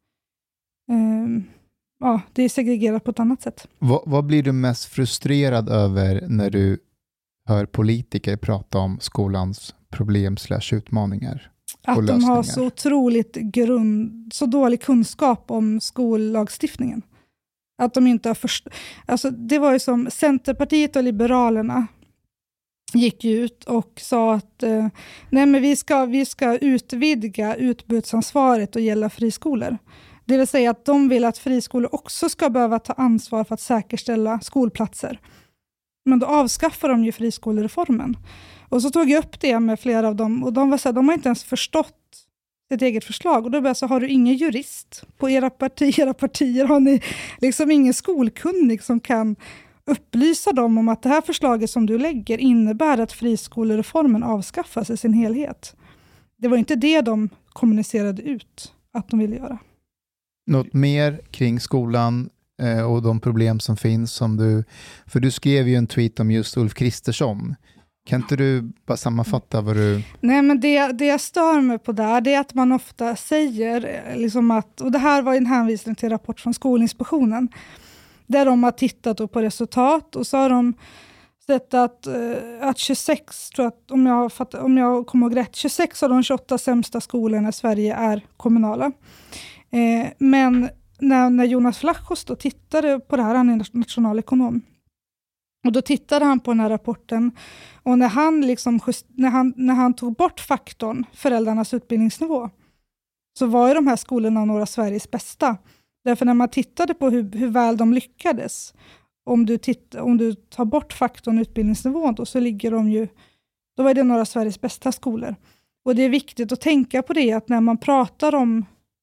det är segregerat på ett annat sätt. Vad blir du mest frustrerad över när du hör politiker prata om skolans problem/utmaningar? Att de har så otroligt så dålig kunskap om skollagstiftningen. Att de inte har det var ju som Centerpartiet och Liberalerna gick ut och sa att men vi ska utvidga utbudsansvaret och gälla friskolor. Det vill säga att de vill att friskolor också ska behöva ta ansvar för att säkerställa skolplatser. Men då avskaffar de ju friskolereformen. Och så tog jag upp det med flera av dem och de var så här, de har inte ens förstått sitt eget förslag. Och då började jag har du ingen jurist på era partier? Har ni liksom ingen skolkunnig som kan upplysa dem om att det här förslaget som du lägger innebär att friskolereformen avskaffas i sin helhet? Det var inte det de kommunicerade ut att de ville göra. Något mer kring skolan och de problem som finns för du skrev ju en tweet om just Ulf Kristersson. Kan inte du bara sammanfatta vad du... Nej, men det jag stör mig på där, det är att man ofta säger liksom att, och det här var en hänvisning till rapport från Skolinspektionen, där de har tittat på resultat och så har de sett att 26, tror jag, om jag kommer ihåg rätt, 26 av de 28 sämsta skolorna i Sverige är kommunala. Men när Jonas Vlachos då tittade på det här, han är nationalekonom, och då tittade han på den här rapporten och när han tog bort faktorn föräldrarnas utbildningsnivå så var ju de här skolorna några av Sveriges bästa. Därför när man tittade på hur väl de lyckades, om du tar bort faktorn utbildningsnivån då, så ligger då var det några av Sveriges bästa skolor. Och det är viktigt att tänka på det, att när man pratar om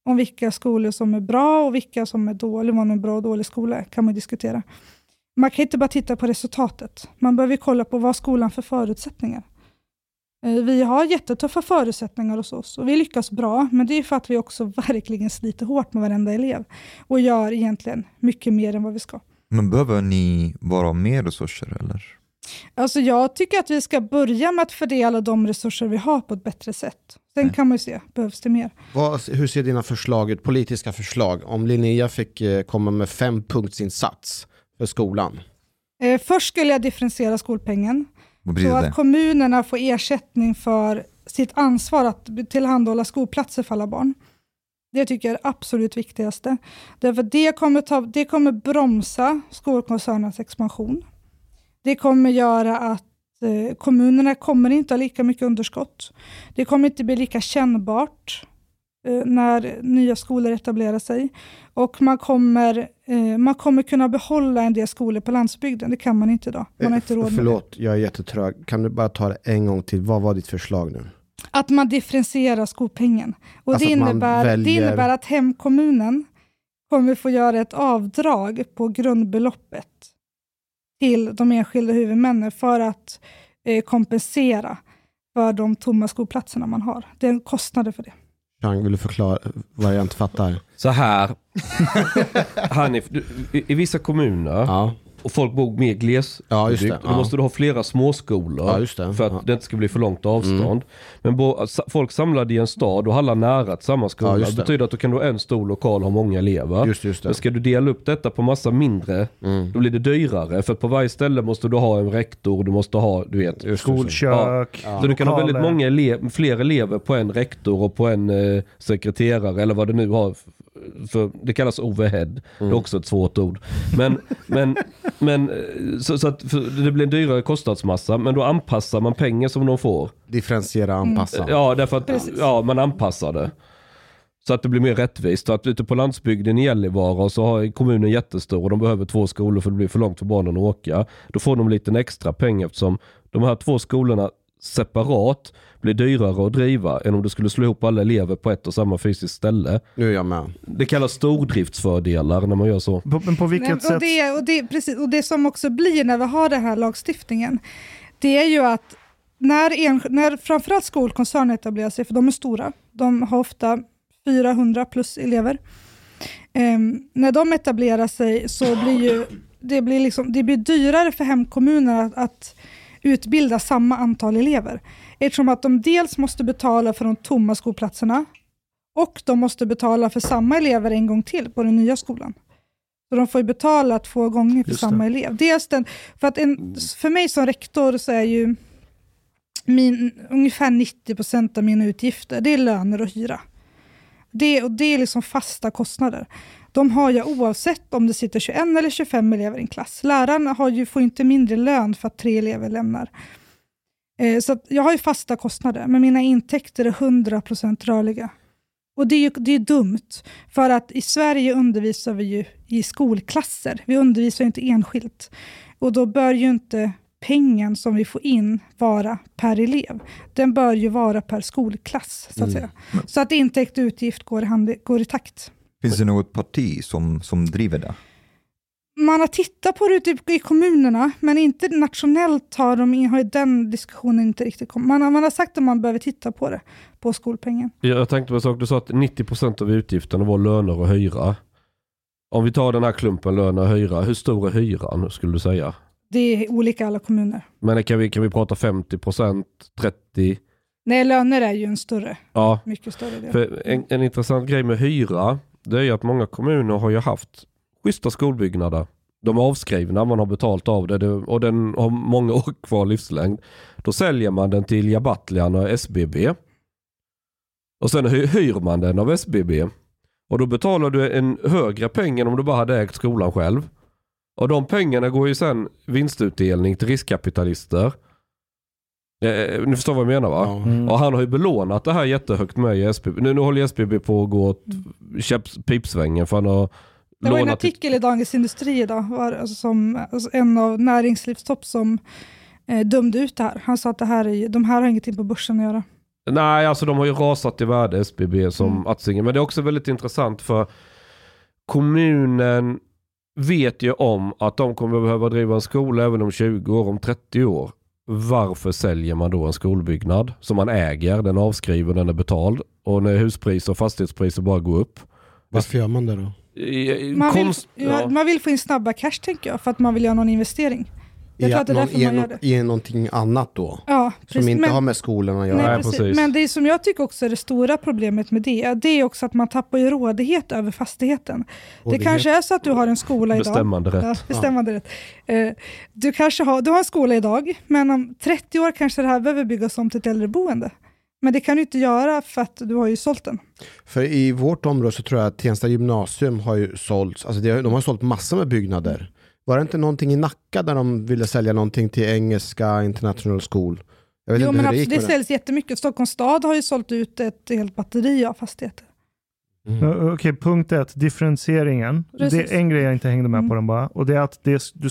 om vilka skolor som är bra och vilka som är dåliga. Vad en bra och dålig skola kan man diskutera. Man kan inte bara titta på resultatet. Man behöver kolla på vad skolan för förutsättningar. Vi har jättetuffa förutsättningar hos oss och vi lyckas bra, men det är för att vi också verkligen sliter hårt med varenda elev och gör egentligen mycket mer än vad vi ska. Men behöver ni bara mer resurser eller? Alltså jag tycker att vi ska börja med att fördela de resurser vi har på ett bättre sätt. Sen kan man ju se, behövs det mer? Hur ser dina förslag ut, politiska förslag? Om Linnea fick komma med 5-punktsinsats för skolan. Först skulle jag differentiera skolpengen. Så att det? Kommunerna får ersättning för sitt ansvar att tillhandahålla skolplatser för alla barn. Det tycker jag är det absolut viktigaste. Därför det kommer bromsa skolkoncernens expansion. Det kommer göra att kommunerna kommer inte ha lika mycket underskott. Det kommer inte bli lika kännbart när nya skolor etablerar sig. Och man kommer kunna behålla en del skolor på landsbygden. Det kan man inte idag. Man har inte råd med Förlåt, jag är jättetrög. Kan du bara ta det en gång till? Vad var ditt förslag nu? Att man differentierar skolpengen. Och alltså det innebär att hemkommunen kommer få göra ett avdrag på grundbeloppet till de enskilda huvudmännen för att kompensera för de tomma skolplatserna man har. Det är en kostnad för det. Vill du förklara vad jag inte fattar? Så här. Hanif, i vissa kommuner och folk bor mer glesbygd, då måste du ha flera småskolor för att det inte ska bli för långt avstånd. Men folk samlade i en stad och alla nära till samma skola. Det betyder att då kan du en stor lokal ha många elever. Just det. Men ska du dela upp detta på massa mindre, då blir det dyrare. För att på varje ställe måste du ha en rektor, du måste ha, du vet, skolkök. Ja. Så du kan ha väldigt många fler elever på en rektor och på en sekreterare eller vad det nu har. För det kallas overhead. Det är också ett svårt ord. Men så att det blir en dyrare kostnadsmassa, men då anpassar man pengar som de får. Differentiera, anpassa. Ja, därför att man anpassar det. Så att det blir mer rättvist. Så att ute på landsbygden i Gällivare så har kommunen jättestor och de behöver 2 skolor för det blir för långt för barnen att åka. Då får de lite extra pengar eftersom de här 2 skolorna separat blir dyrare att driva än om du skulle slå ihop alla elever på ett och samma fysiskt ställe. Nu är jag med. Det kallas stordriftsfördelar när man gör så. Men på vilket sätt? Och det som också blir när vi har den här lagstiftningen, det är ju att när framförallt skolkoncerner etablerar sig, för de är stora, de har ofta 400 plus elever. När de etablerar sig så blir det blir dyrare för hemkommuner att utbilda samma antal elever. Eftersom att de dels måste betala för de tomma skolplatserna och de måste betala för samma elever en gång till på den nya skolan. Så de får ju betala 2 gånger för samma elev. Dels för mig som rektor så är ju ungefär 90% av mina utgifter, det är löner och hyra. Det är liksom fasta kostnader. De har jag oavsett om det sitter 21 eller 25 elever i en klass. Lärarna får inte mindre lön för att 3 elever lämnar. Så att jag har ju fasta kostnader, men mina intäkter är 100% rörliga. Och det är dumt, för att i Sverige undervisar vi ju i skolklasser. Vi undervisar ju inte enskilt. Och då bör ju inte pengen som vi får in vara per elev. Den bör ju vara per skolklass, så att säga. Så att intäkt och utgift går i takt. Finns det något parti som driver det? Man har tittat på det i kommunerna, men inte nationellt har den diskussionen inte riktigt kommit. Man har sagt att man behöver titta på det, på skolpengen. Jag tänkte på en sak, du sa att 90% av utgifterna var löner och hyra. Om vi tar den här klumpen löner och hyra, hur stor är hyran skulle du säga? Det är olika alla kommuner. Men kan vi prata 50%, 30%? Nej, löner är ju mycket större del. För en intressant grej med hyra, det är ju att många kommuner har ju haft schyssta skolbyggnader. De är avskrivna, man har betalt av det och den har många år kvar livslängd. Då säljer man den till Jabattlian och SBB. Och sen hyr man den av SBB. Och då betalar du en högre peng än om du bara hade ägt skolan själv. Och de pengarna går ju sen vinstutdelning till riskkapitalister. Ni förstår vad jag menar, va? Mm. Och han har ju belånat det här jättehögt med i SBB. Nu håller SBB på att gå åt pipsvängen för han har det var en artikel i Dagens Industri idag som en av näringslivstopp som dömde ut det här. Han sa att de här har ingenting på börsen att göra. Nej, alltså de har ju rasat i värde, SBB som Atzinger. Men det är också väldigt intressant för kommunen vet ju om att de kommer behöva driva en skola även om 20 år, om 30 år. Varför säljer man då en skolbyggnad som man äger, den avskriven, den är betald och när huspriser och fastighetspriser bara går upp? Varför gör man det då? Man vill få in snabba cash, tänker jag, för att man vill göra någon investering. Jag tror att det är därför man gör det. Ge någonting annat då? Ja, som inte har med skolan att göra. Nej, precis. Men det som jag tycker också är det stora problemet med det är också att man tappar ju rådighet över fastigheten. Det kanske är så att du har en skola idag. Bestämmande rätt. Ja, bestämmande rätt. Du har en skola idag, men om 30 år kanske det här behöver byggas om till ett äldreboende. Men det kan du inte göra för att du har ju sålt den. För i vårt område så tror jag att Tensta gymnasium har ju sålts. Alltså de har sålt massor med byggnader. Var det inte någonting i Nacka där de ville sälja någonting till Engelska International School? Jag vet inte hur det gick med det säljs jättemycket. Stockholms stad har ju sålt ut ett helt batteri av fastigheter. Okej, punkt 1. Differentieringen. Precis. Det är en grej jag inte hängde med på den bara. Och det är att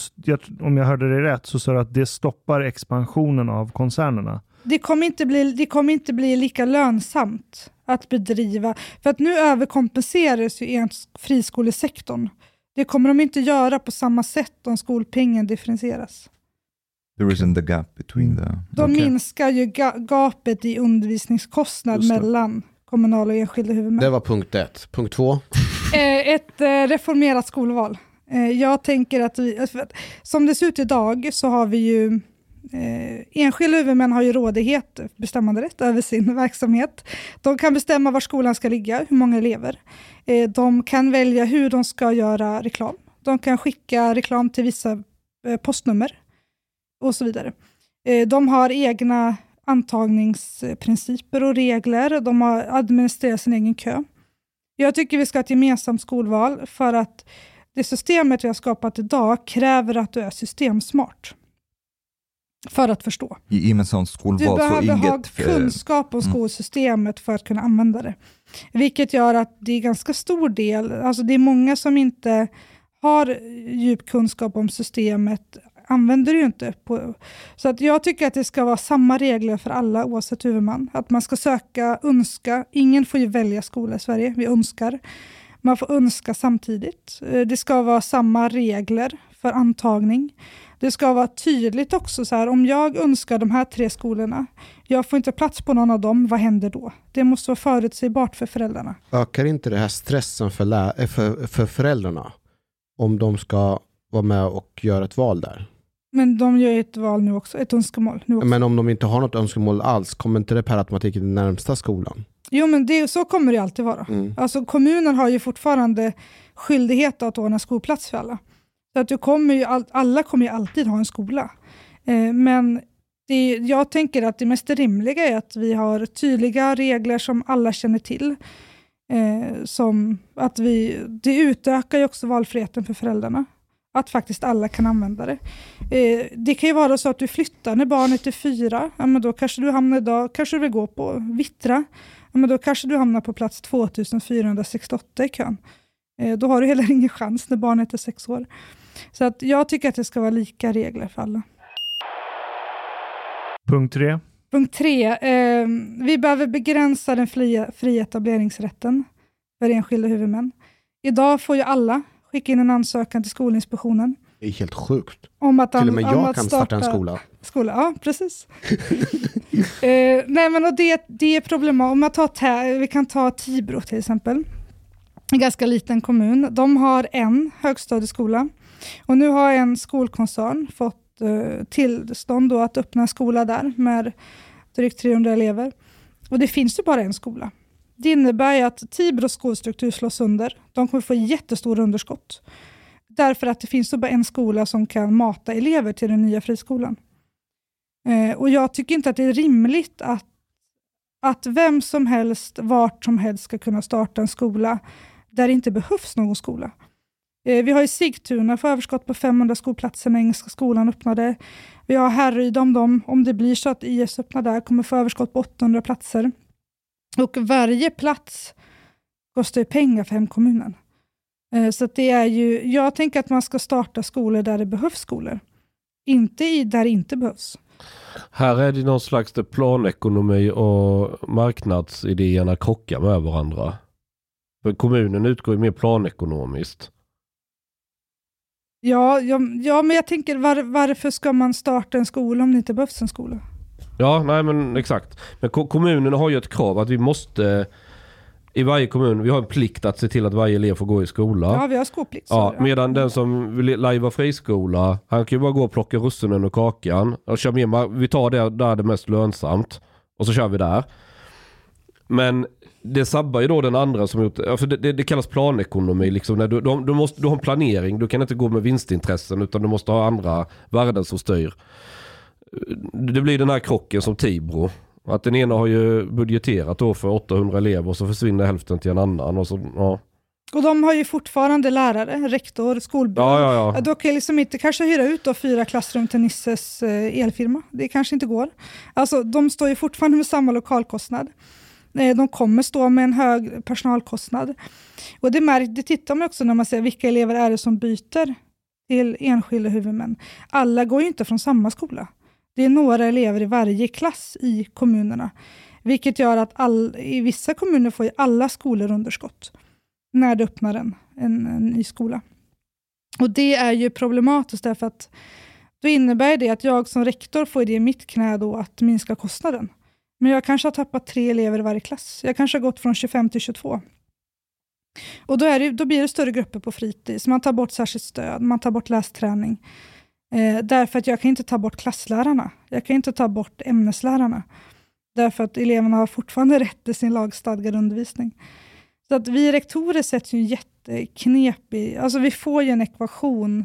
om jag hörde det rätt så sa du att det stoppar expansionen av koncernerna. Det kommer inte bli lika lönsamt att bedriva. För att nu överkompenseras ju friskolesektorn. Det kommer de inte göra på samma sätt om skolpengen differentieras. There isn't the gap between the... De minskar ju gapet i undervisningskostnad mellan kommunala och enskilda huvudmän. Det var punkt 1. Punkt 2? Ett reformerat skolval. Jag tänker att som det ser ut idag så har vi ju enskilda huvudmän har ju rådighet, bestämmande rätt över sin verksamhet. De kan bestämma var skolan ska ligga, hur många elever. De kan välja hur de ska göra reklam. De kan skicka reklam till vissa postnummer och så vidare. De har egna antagningsprinciper och regler. De har administrerat sin egen kö. Jag tycker vi ska ha ett gemensamt skolval för att det systemet vi har skapat idag kräver att du är systemsmart. För att förstå. I med sån skolval, du behöver ha kunskap om skolsystemet för att kunna använda det. Vilket gör att det är ganska stor del, alltså det är många som inte har djup kunskap om systemet, använder det ju inte. Så att jag tycker att det ska vara samma regler för alla oavsett huvudman. Att man ska önska. Ingen får ju välja skola i Sverige, vi önskar. Man får önska samtidigt. Det ska vara samma regler för antagning. Det ska vara tydligt också så här, om jag önskar de här 3 skolorna, jag får inte plats på någon av dem, vad händer då? Det måste vara förutsägbart för föräldrarna. Ökar inte det här stressen för föräldrarna om de ska vara med och göra ett val där? Men de gör ett val nu också, ett önskemål nu också. Men om de inte har något önskemål alls, kommer inte det per automatik i den närmsta skolan? Jo, men så kommer det alltid vara. Alltså kommunen har ju fortfarande skyldighet att ordna skolplats för alla. Så att alla kommer ju alltid ha en skola. Men jag tänker att det mest rimliga är att vi har tydliga regler som alla känner till. Det utökar ju också valfriheten för föräldrarna. Att faktiskt alla kan använda det. Det kan ju vara så att du flyttar när barnet är 4. Ja, men då kanske du vill gå på Vittra. Ja, men då kanske du hamnar på plats 2468 i kön. Då har du heller ingen chans när barnet är 6 år. Så att jag tycker att det ska vara lika regler för alla. Punkt 3. Punkt 3. Vi behöver begränsa den fria etableringsrätten för enskilda huvudmän. Idag får ju alla skicka in en ansökan till Skolinspektionen. Det är helt sjukt. Till och med jag kan starta en skola. Ja, precis. Nej, men och det är problematiskt. Vi kan ta Tibro till exempel. En ganska liten kommun. De har en högstadieskola. Och nu har en skolkoncern fått tillstånd då att öppna en skola där med drygt 300 elever. Och det finns ju bara en skola. Det innebär att Tibros skolstruktur slås sönder. De kommer få jättestora underskott. Därför att det finns ju bara en skola som kan mata elever till den nya friskolan. Och jag tycker inte att det är rimligt att vem som helst, vart som helst ska kunna starta en skola där det inte behövs någon skola. Vi har i Sigtuna för överskott på 500 skolplatser när Engelska skolan öppnade. Vi har Härryda om det blir så att IS öppnar där kommer få överskott på 800 platser. Och varje plats kostar ju pengar för hemkommunen. Så att det är ju, jag tänker att man ska starta skolor där det behövs skolor. Inte där det inte behövs. Här är det någon slags planekonomi och marknadsidéerna krockar med varandra. För kommunen utgår ju mer planekonomiskt. Ja, men jag tänker varför ska man starta en skola om det inte behövs en skola? Ja, nej men exakt. Men kommunen har ju ett krav att vi måste i varje kommun, vi har en plikt att se till att varje elev får gå i skola. Ja, vi har skolplikt. Ja, medan den som vill lajva friskola, han kan ju bara gå och plocka russinen och kakan och köra med, vi tar det där det är mest lönsamt och så kör vi där. Men det sabbar ju då den andra som gjort, för det kallas planekonomi liksom, när du har en planering, du kan inte gå med vinstintressen utan du måste ha andra värden som styr. Det blir den här krocken som Tibro. Att den ena har ju budgeterat då för 800 elever och så försvinner hälften till en annan. Och, så, ja. Och de har ju fortfarande lärare, rektor, skolbyrå. Ja. De kan liksom inte kanske hyra ut då 4 klassrum till Nisses elfirma. Det kanske inte går. Alltså de står ju fortfarande med samma lokalkostnad. De kommer stå med en hög personalkostnad. Och det tittar man också när man ser vilka elever är det som byter till enskilda huvudmän. Alla går ju inte från samma skola. Det är några elever i varje klass i kommunerna. Vilket gör att i vissa kommuner får ju alla skolor underskott när det öppnar en ny skola. Och det är ju problematiskt därför att då innebär det att jag som rektor får det i mitt knä då att minska kostnaden. Men jag kanske har tappat 3 elever i varje klass. Jag kanske har gått från 25 till 22. Och då blir det större grupper på fritid. Så man tar bort särskilt stöd, man tar bort lästräning. Därför att jag kan inte ta bort klasslärarna. Jag kan inte ta bort ämneslärarna. Därför att eleverna har fortfarande rätt till sin lagstadgade undervisning. Så att vi rektorer sätter ju en jätteknepig... Alltså vi får ju en ekvation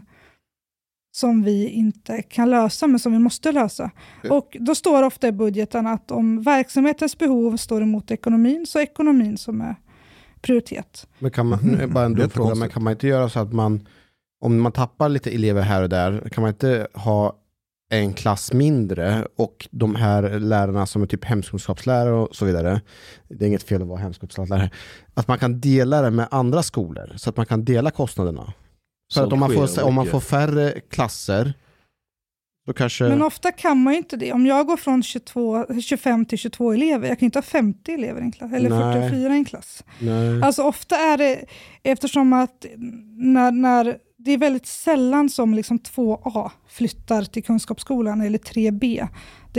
som vi inte kan lösa men som vi måste lösa. Och då står ofta i budgeten att om verksamhetens behov står emot ekonomin så är ekonomin som är prioritet. Men kan man, nu är bara en dum fråga, men kan man inte göra så att om man tappar lite elever här och där, kan man inte ha en klass mindre och de här lärarna som är typ hemkunskapslärare och så vidare, det är inget fel att vara hemkunskapslärare, att man kan dela det med andra skolor så att man kan dela kostnaderna. Så att om man får färre klasser då kanske... Men ofta kan man ju inte det. Om jag går från 25 till 22 elever, jag kan inte ha 50 elever i en klass, eller 44 i en klass. Nej. Alltså ofta är det, eftersom att när det är väldigt sällan som liksom 2A flyttar till kunskapsskolan eller 3B.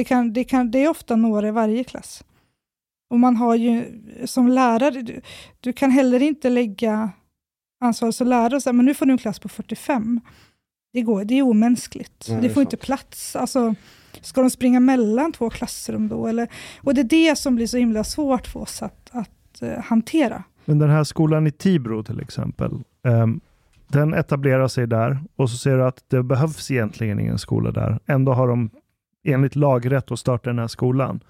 Det är ofta några i varje klass. Och man har ju som lärare, du kan heller inte lägga ansvar som lärare och säga, men nu får du en klass på 45. Det är omänskligt. Ja, det får inte plats. Alltså, ska de springa mellan 2 klassrum då? Och det är det som blir så himla svårt för oss att hantera. Men den här skolan i Tibro till exempel, den etablerar sig där och så ser du att det behövs egentligen ingen skola där. Ändå har de enligt lagrätt att starta den här skolan.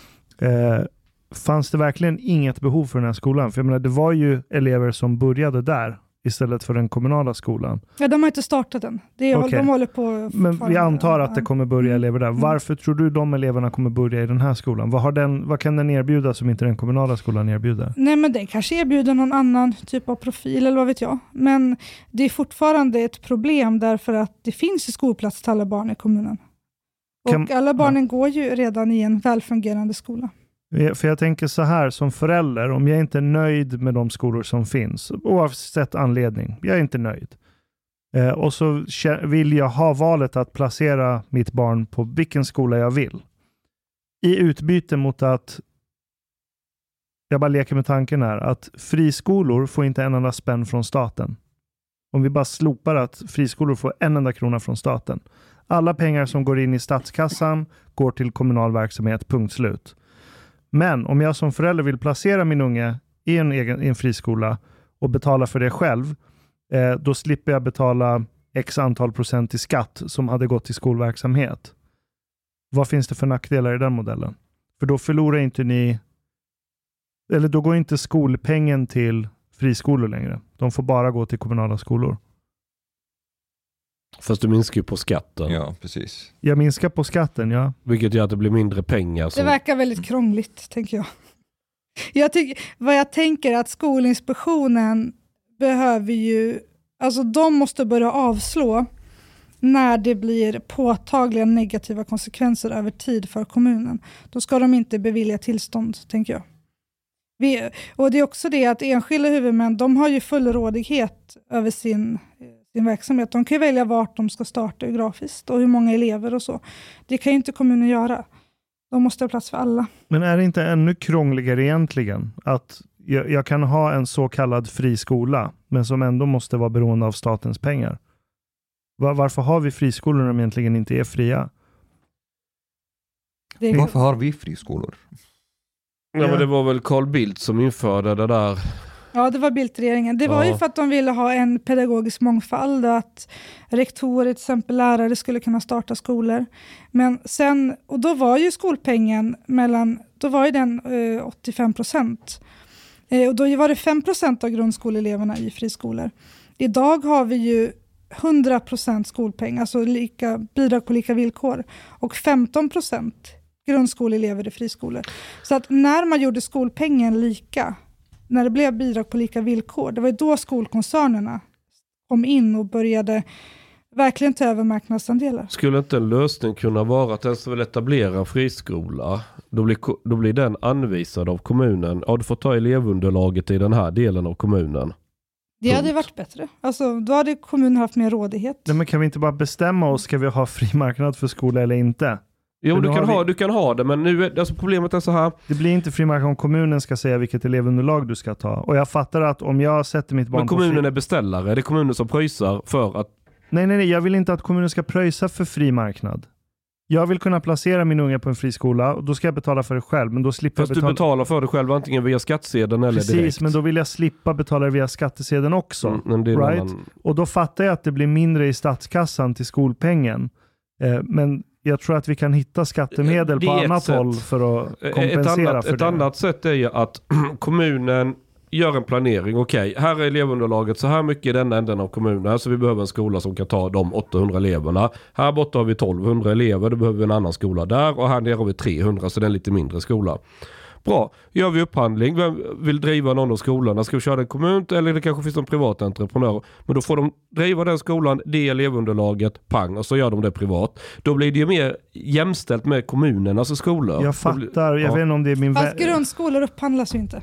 Fanns det verkligen inget behov för den här skolan? För jag menar, det var ju elever som började där istället för den kommunala skolan. Ja, de har inte startat den. De håller på. Men vi antar att det kommer börja elever där. Varför tror du de eleverna kommer börja i den här skolan? Vad kan den erbjuda som inte den kommunala skolan erbjuder? Nej, men den kanske erbjuder någon annan typ av profil eller vad vet jag. Men det är fortfarande ett problem därför att det finns skolplats till alla barn i kommunen. Och alla barnen går ju redan i en välfungerande skola. För jag tänker så här, som förälder, om jag inte är nöjd med de skolor som finns, oavsett anledning, jag är inte nöjd. Och så vill jag ha valet att placera mitt barn på vilken skola jag vill. I utbyte mot att, jag bara leker med tanken här, att friskolor får inte en enda spänn från staten. Om vi bara slopar att friskolor får en enda krona från staten. Alla pengar som går in i statskassan går till kommunal verksamhet, punkt slut. Men om jag som förälder vill placera min unge i en friskola och betala för det själv, då slipper jag betala x antal procent i skatt som hade gått till skolverksamhet. Vad finns det för nackdelar i den modellen? För då förlorar inte ni, eller då går inte skolpengen till friskolor längre. De får bara gå till kommunala skolor. Fast du minskar ju på skatten. Ja, precis. Jag minskar på skatten, ja. Vilket gör att det blir mindre pengar. Det verkar väldigt krångligt, tänker jag. Vad jag tänker är att Skolinspektionen behöver ju... Alltså de måste börja avslå när det blir påtagliga negativa konsekvenser över tid för kommunen. Då ska de inte bevilja tillstånd, tänker jag. Och det är också det att enskilda huvudmän, de har ju full rådighet över sin verksamhet. De kan ju välja vart de ska starta grafiskt och hur många elever och så. Det kan ju inte kommunen göra. De måste ha plats för alla. Men är det inte ännu krångligare egentligen att jag kan ha en så kallad friskola men som ändå måste vara beroende av statens pengar? Varför har vi friskolor när de egentligen inte är fria? Varför har vi friskolor? Ja, men det var väl Carl Bildt som införde det där. Ja, det var Bildt-regeringen. Det var ju för att de ville ha en pedagogisk mångfald, att rektorer, till exempel lärare, skulle kunna starta skolor. Men sen, och då var ju skolpengen då var ju den 85%. Och då var det 5% av grundskoleeleverna i friskolor. Idag har vi ju 100% skolpeng, alltså bidrag på lika villkor. Och 15% grundskoleelever i friskolor. Så att när man gjorde skolpengen lika, när det blev bidrag på lika villkor, det var då skolkoncernerna kom in och började verkligen ta över marknadsandelar. Skulle inte en lösning kunna vara att den som vill etablera en friskola, då blir den anvisad av kommunen. Ja, du får ta elevunderlaget i den här delen av kommunen. Det hade varit bättre. Alltså, då hade kommunen haft mer rådighet. Nej, men kan vi inte bara bestämma oss, ska vi ha fri marknad för skola eller inte? Jo, du kan ha det, men nu alltså problemet är så här. Det blir inte fri marknad om kommunen ska säga vilket elevunderlag du ska ta. Och jag fattar att om jag sätter mitt barn men kommunen är beställare, det är kommunen som pröjsar för att... Nej, jag vill inte att kommunen ska pröjsa för fri marknad. Jag vill kunna placera min unge på en friskola och då ska jag betala för det själv. Men då slipper jag betala... du betalar för det själv antingen via skattsedeln eller direkt. Precis, men då vill jag slippa betala det via skattesedeln också. Right? Och då fattar jag att det blir mindre i statskassan till skolpengen. Men jag tror att vi kan hitta skattemedel på annat håll för att kompensera för det. Ett annat sätt är ju att kommunen gör en planering. Okej, här är elevunderlaget så här mycket i den änden av kommunen. Så vi behöver en skola som kan ta de 800 eleverna. Här borta har vi 1200 elever. Då behöver vi en annan skola där. Och här nere har vi 300, så det är en lite mindre skola. Bra, gör vi upphandling. Vem vill driva någon av skolorna? Ska vi köra den kommun eller det kanske finns någon privat entreprenör? Men då får de driva den skolan, det elevunderlaget, pang, och så gör de det privat. Då blir det ju mer jämställt med kommunernas skolor. Jag fattar, jag vet inte om det är min... Fast grundskolor upphandlas ju inte.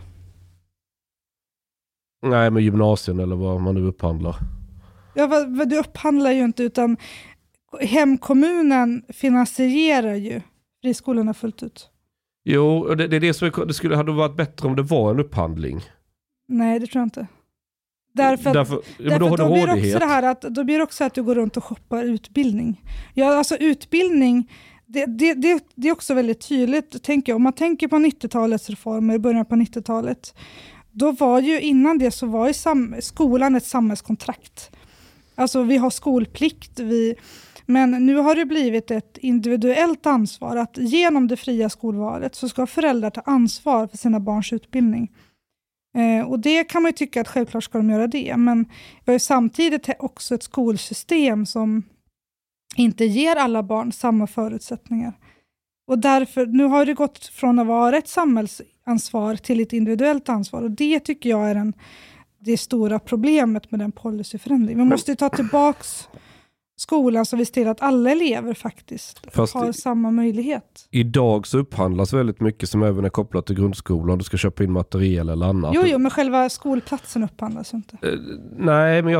Nej, med gymnasien eller vad man nu upphandlar. Ja, du upphandlar ju inte, utan hemkommunen finansierar ju friskolorna fullt ut. Jo, det är det som det hade varit bättre om det var en upphandling. Nej, det tror jag inte. Därför då blir det också det här att då blir det också att du går runt och shoppar utbildning. Ja, alltså utbildning, det är också väldigt tydligt, tänker jag. Om man tänker på 90-talets reformer, början på 90-talet, då var ju innan det så var ju skolan ett samhällskontrakt. Alltså vi har skolplikt, men nu har det blivit ett individuellt ansvar att genom det fria skolvalet så ska föräldrar ta ansvar för sina barns utbildning. Och det kan man ju tycka att självklart ska de göra det, men vi har ju samtidigt också ett skolsystem som inte ger alla barn samma förutsättningar. Och därför, nu har det gått från att vara ett samhällsansvar till ett individuellt ansvar, och det tycker jag är det stora problemet med den policyförändringen. Man måste ju ta tillbaks skolan så vi ser till att alla elever faktiskt har samma möjlighet. Idag så upphandlas väldigt mycket som även är kopplat till grundskolan. Du ska köpa in material eller annat. Jo, men själva skolplatsen upphandlas inte. Nej, men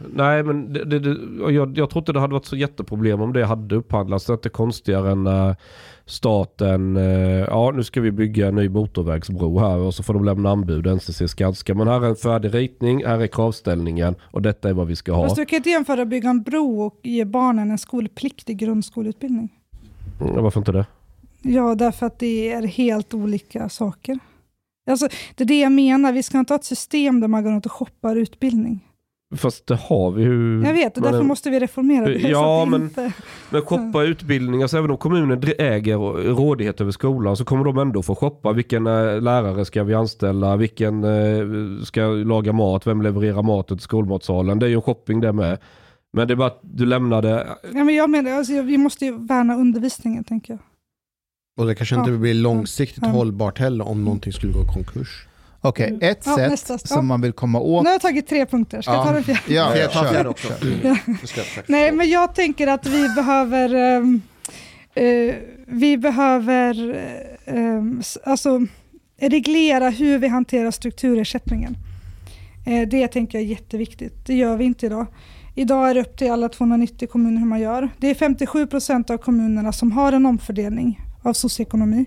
jag tror inte det hade varit så jätteproblem om det hade upphandlats. Så att det är konstigare än staten, nu ska vi bygga en ny motorvägsbro här och så får de lämna anbud, NCC Skanska. Men här är en färdig ritning, här är kravställningen och detta är vad vi ska ha. Fast du kan inte jämföra att bygga en bro och ge barnen en skolpliktig grundskoleutbildning. Varför inte det? Ja, därför att det är helt olika saker. Alltså, det är det jag menar, vi ska inte ha ett system där man går runt och shoppar utbildning. Fast det har vi ju... Jag vet, och därför måste vi reformera det. Ja, men shoppa utbildning, alltså även om kommunen äger rådighet över skolan så kommer de ändå få shoppa. Vilken lärare ska vi anställa? Vilken ska laga mat? Vem levererar maten till skolmatsalen? Det är ju en shopping där med. Men det är bara att du lämnade... Ja, men jag menar, alltså, vi måste ju värna undervisningen, tänker jag. Och det kanske inte blir långsiktigt hållbart heller om någonting skulle gå i konkurs. Okej, ett sätt som man vill komma åt... Nu har jag tagit 3 punkter. Ska jag ta den fjärde? Ja, jag tar fjärde också. Nej, men jag tänker att vi behöver alltså reglera hur vi hanterar strukturersättningen. Det tänker jag är jätteviktigt. Det gör vi inte idag. Idag är det upp till alla 290 kommuner hur man gör. Det är 57% av kommunerna som har en omfördelning av socioekonomi.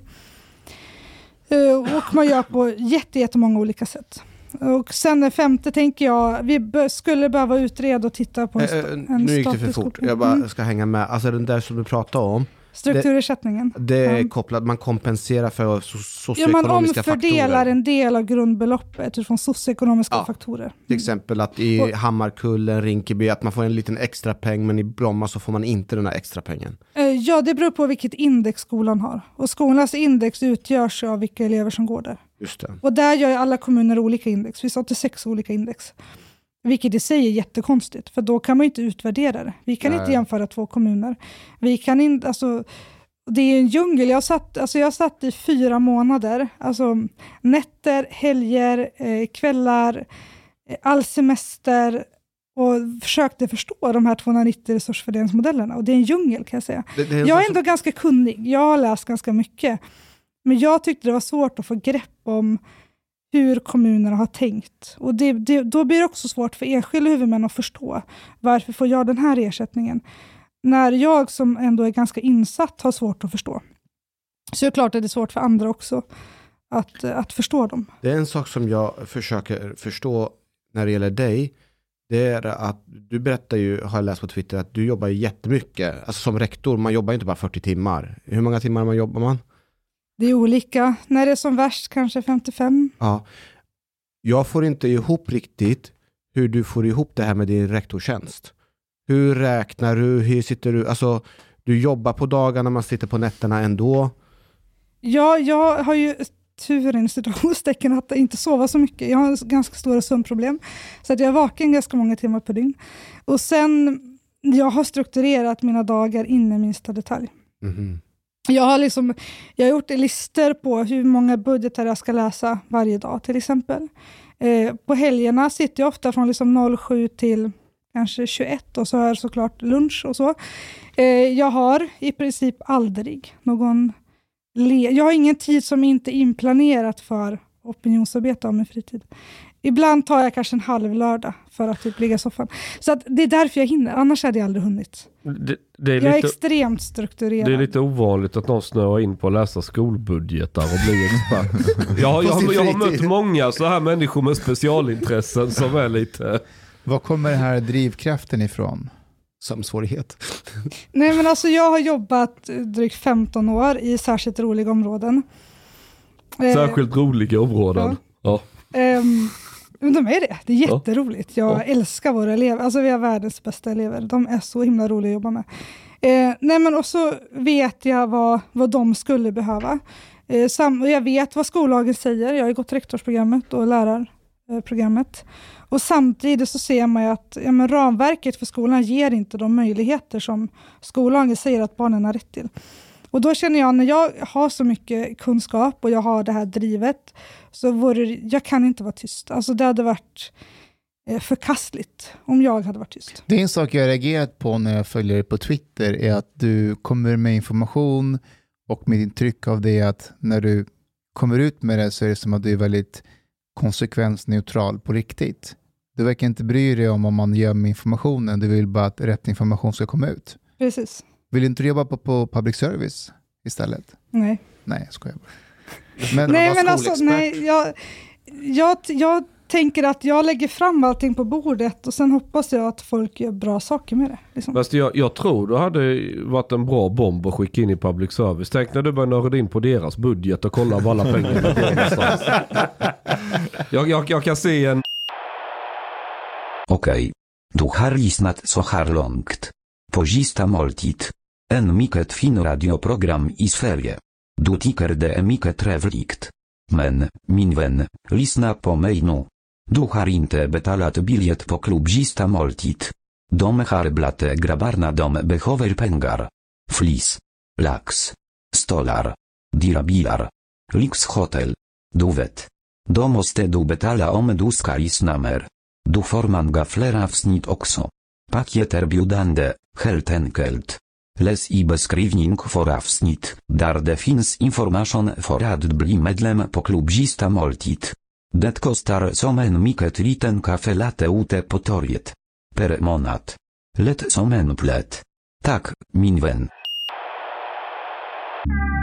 Och man gör på jättemånga olika sätt. Och sen det femte tänker jag, vi skulle behöva utreda och titta på en nu gick det för fort, jag bara ska hänga med. Alltså den där som du pratade om. Strukturersättningen. Det är kopplat, man kompenserar för socioekonomiska man faktorer. omfördelar en del av grundbeloppet utifrån socioekonomiska faktorer. Till exempel att i Hammarkullen, Rinkeby, att man får en liten extra peng, men i Bromma så får man inte den här extra pengen. Ja, det beror på vilket index skolan har. Och skolans index utgörs av vilka elever som går där. Just det. Och där gör alla kommuner olika index. Vi sa 86 olika index. Vilket i sig är jättekonstigt. För då kan man ju inte utvärdera det. Vi kan inte jämföra 2 kommuner. Vi kan inte, alltså, det är en djungel. Jag satt i 4 månader. Alltså nätter, helger, kvällar, all semester. Och försökte förstå de här 290 resursfördelningsmodellerna. Och det är en djungel kan jag säga. Jag är ändå ganska kunnig. Jag har läst ganska mycket. Men jag tyckte det var svårt att få grepp om hur kommunerna har tänkt. Och då blir det också svårt för enskilda huvudmän att förstå varför får jag den här ersättningen. När jag som ändå är ganska insatt har svårt att förstå. Så det är klart att det är svårt för andra också att förstå dem. Det är en sak som jag försöker förstå när det gäller dig. Det är att du berättar ju, har jag läst på Twitter, att du jobbar jättemycket. Alltså som rektor, man jobbar inte bara 40 timmar. Hur många timmar jobbar man? Det är olika. När det är som värst kanske 55. Ja. Jag får inte ihop riktigt hur du får ihop det här med din rektortjänst. Hur räknar du? Hur sitter du? Alltså, du jobbar på dagarna, man sitter på nätterna ändå. Ja, jag har ju turen i situationstecken att inte sova så mycket. Jag har ganska stora sömnproblem. Så att jag är vaken ganska många timmar per dygn. Och sen, jag har strukturerat mina dagar in i minsta detalj. Mm-hmm. Jag har gjort listor på hur många budgetar jag ska läsa varje dag till exempel. På helgerna sitter jag ofta från 07 till kanske 21 och så har jag såklart lunch och så. Jag har i princip aldrig jag har ingen tid som inte är inplanerat för opinionsarbete av min fritid. Ibland tar jag kanske en halv lördag för att typ ligga i soffan. Så att det är därför jag hinner, annars hade jag aldrig hunnit. Det är jag är extremt strukturerad. Det är lite ovanligt att någon snöar in på att läsa skolbudgetar och bli expert. jag har mött många så här människor med specialintressen som är lite... Var kommer den här drivkraften ifrån? Som svårighet. Nej, men alltså jag har jobbat drygt 15 år i särskilt roliga områden. Särskilt roliga områden. Ja. Men de är det. Det är jätteroligt. Jag älskar våra elever. Alltså vi har världens bästa elever. De är så himla roliga att jobba med. Nej, men också vet jag vad de skulle behöva. Och jag vet vad skollagen säger. Jag har gått rektorsprogrammet och lärarprogrammet. Och samtidigt så ser man ju att ramverket för skolan ger inte de möjligheter som skollagen säger att barnen har rätt till. Och då känner jag, när jag har så mycket kunskap och jag har det här drivet, så jag kan inte vara tyst. Alltså det hade varit förkastligt om jag hade varit tyst. Det är en sak jag har reagerat på när jag följer dig på Twitter, är att du kommer med information, och mitt intryck av det är att när du kommer ut med det så är det som att du är väldigt konsekvensneutral på riktigt. Du verkar inte bry dig om man gör med informationen, du vill bara att rätt information ska komma ut. Precis. Vill du inte jobba på public service istället? Nej. Nej, jag skojar bara. Jag tänker att jag lägger fram allting på bordet och sen hoppas jag att folk gör bra saker med det. Liksom. Fast jag tror det hade varit en bra bomb att skicka in i public service. Tänk när du börjar nörda in på deras budget och kolla vad alla pengar går någonstans. Jag kan se en... Okej. Du har lyssnat så här långt. På sista måltid. En mycket fin radioprogram i Sverige. Du tycker det är mycket trevligt. Men, min vän, lyssna på mig nu. Du har inte betalat biljett på klubb sista måltid. De har blate grabbarna behöver pengar. Flis. Lax. Stolar. Dirabilar. Lyxhotel. Du vet. Då måste du betala om du ska lyssna mer. Du får många fler avsnitt också. Paket erbjudande, helt enkelt. Läs i beskrivning för avsnitt, där det finns information för att bli medlem på Klubbista Måltid. Det kostar som en mycket liten kaffelatte ute på torget. Per månad. Lätt som en plätt. Tack, min vän.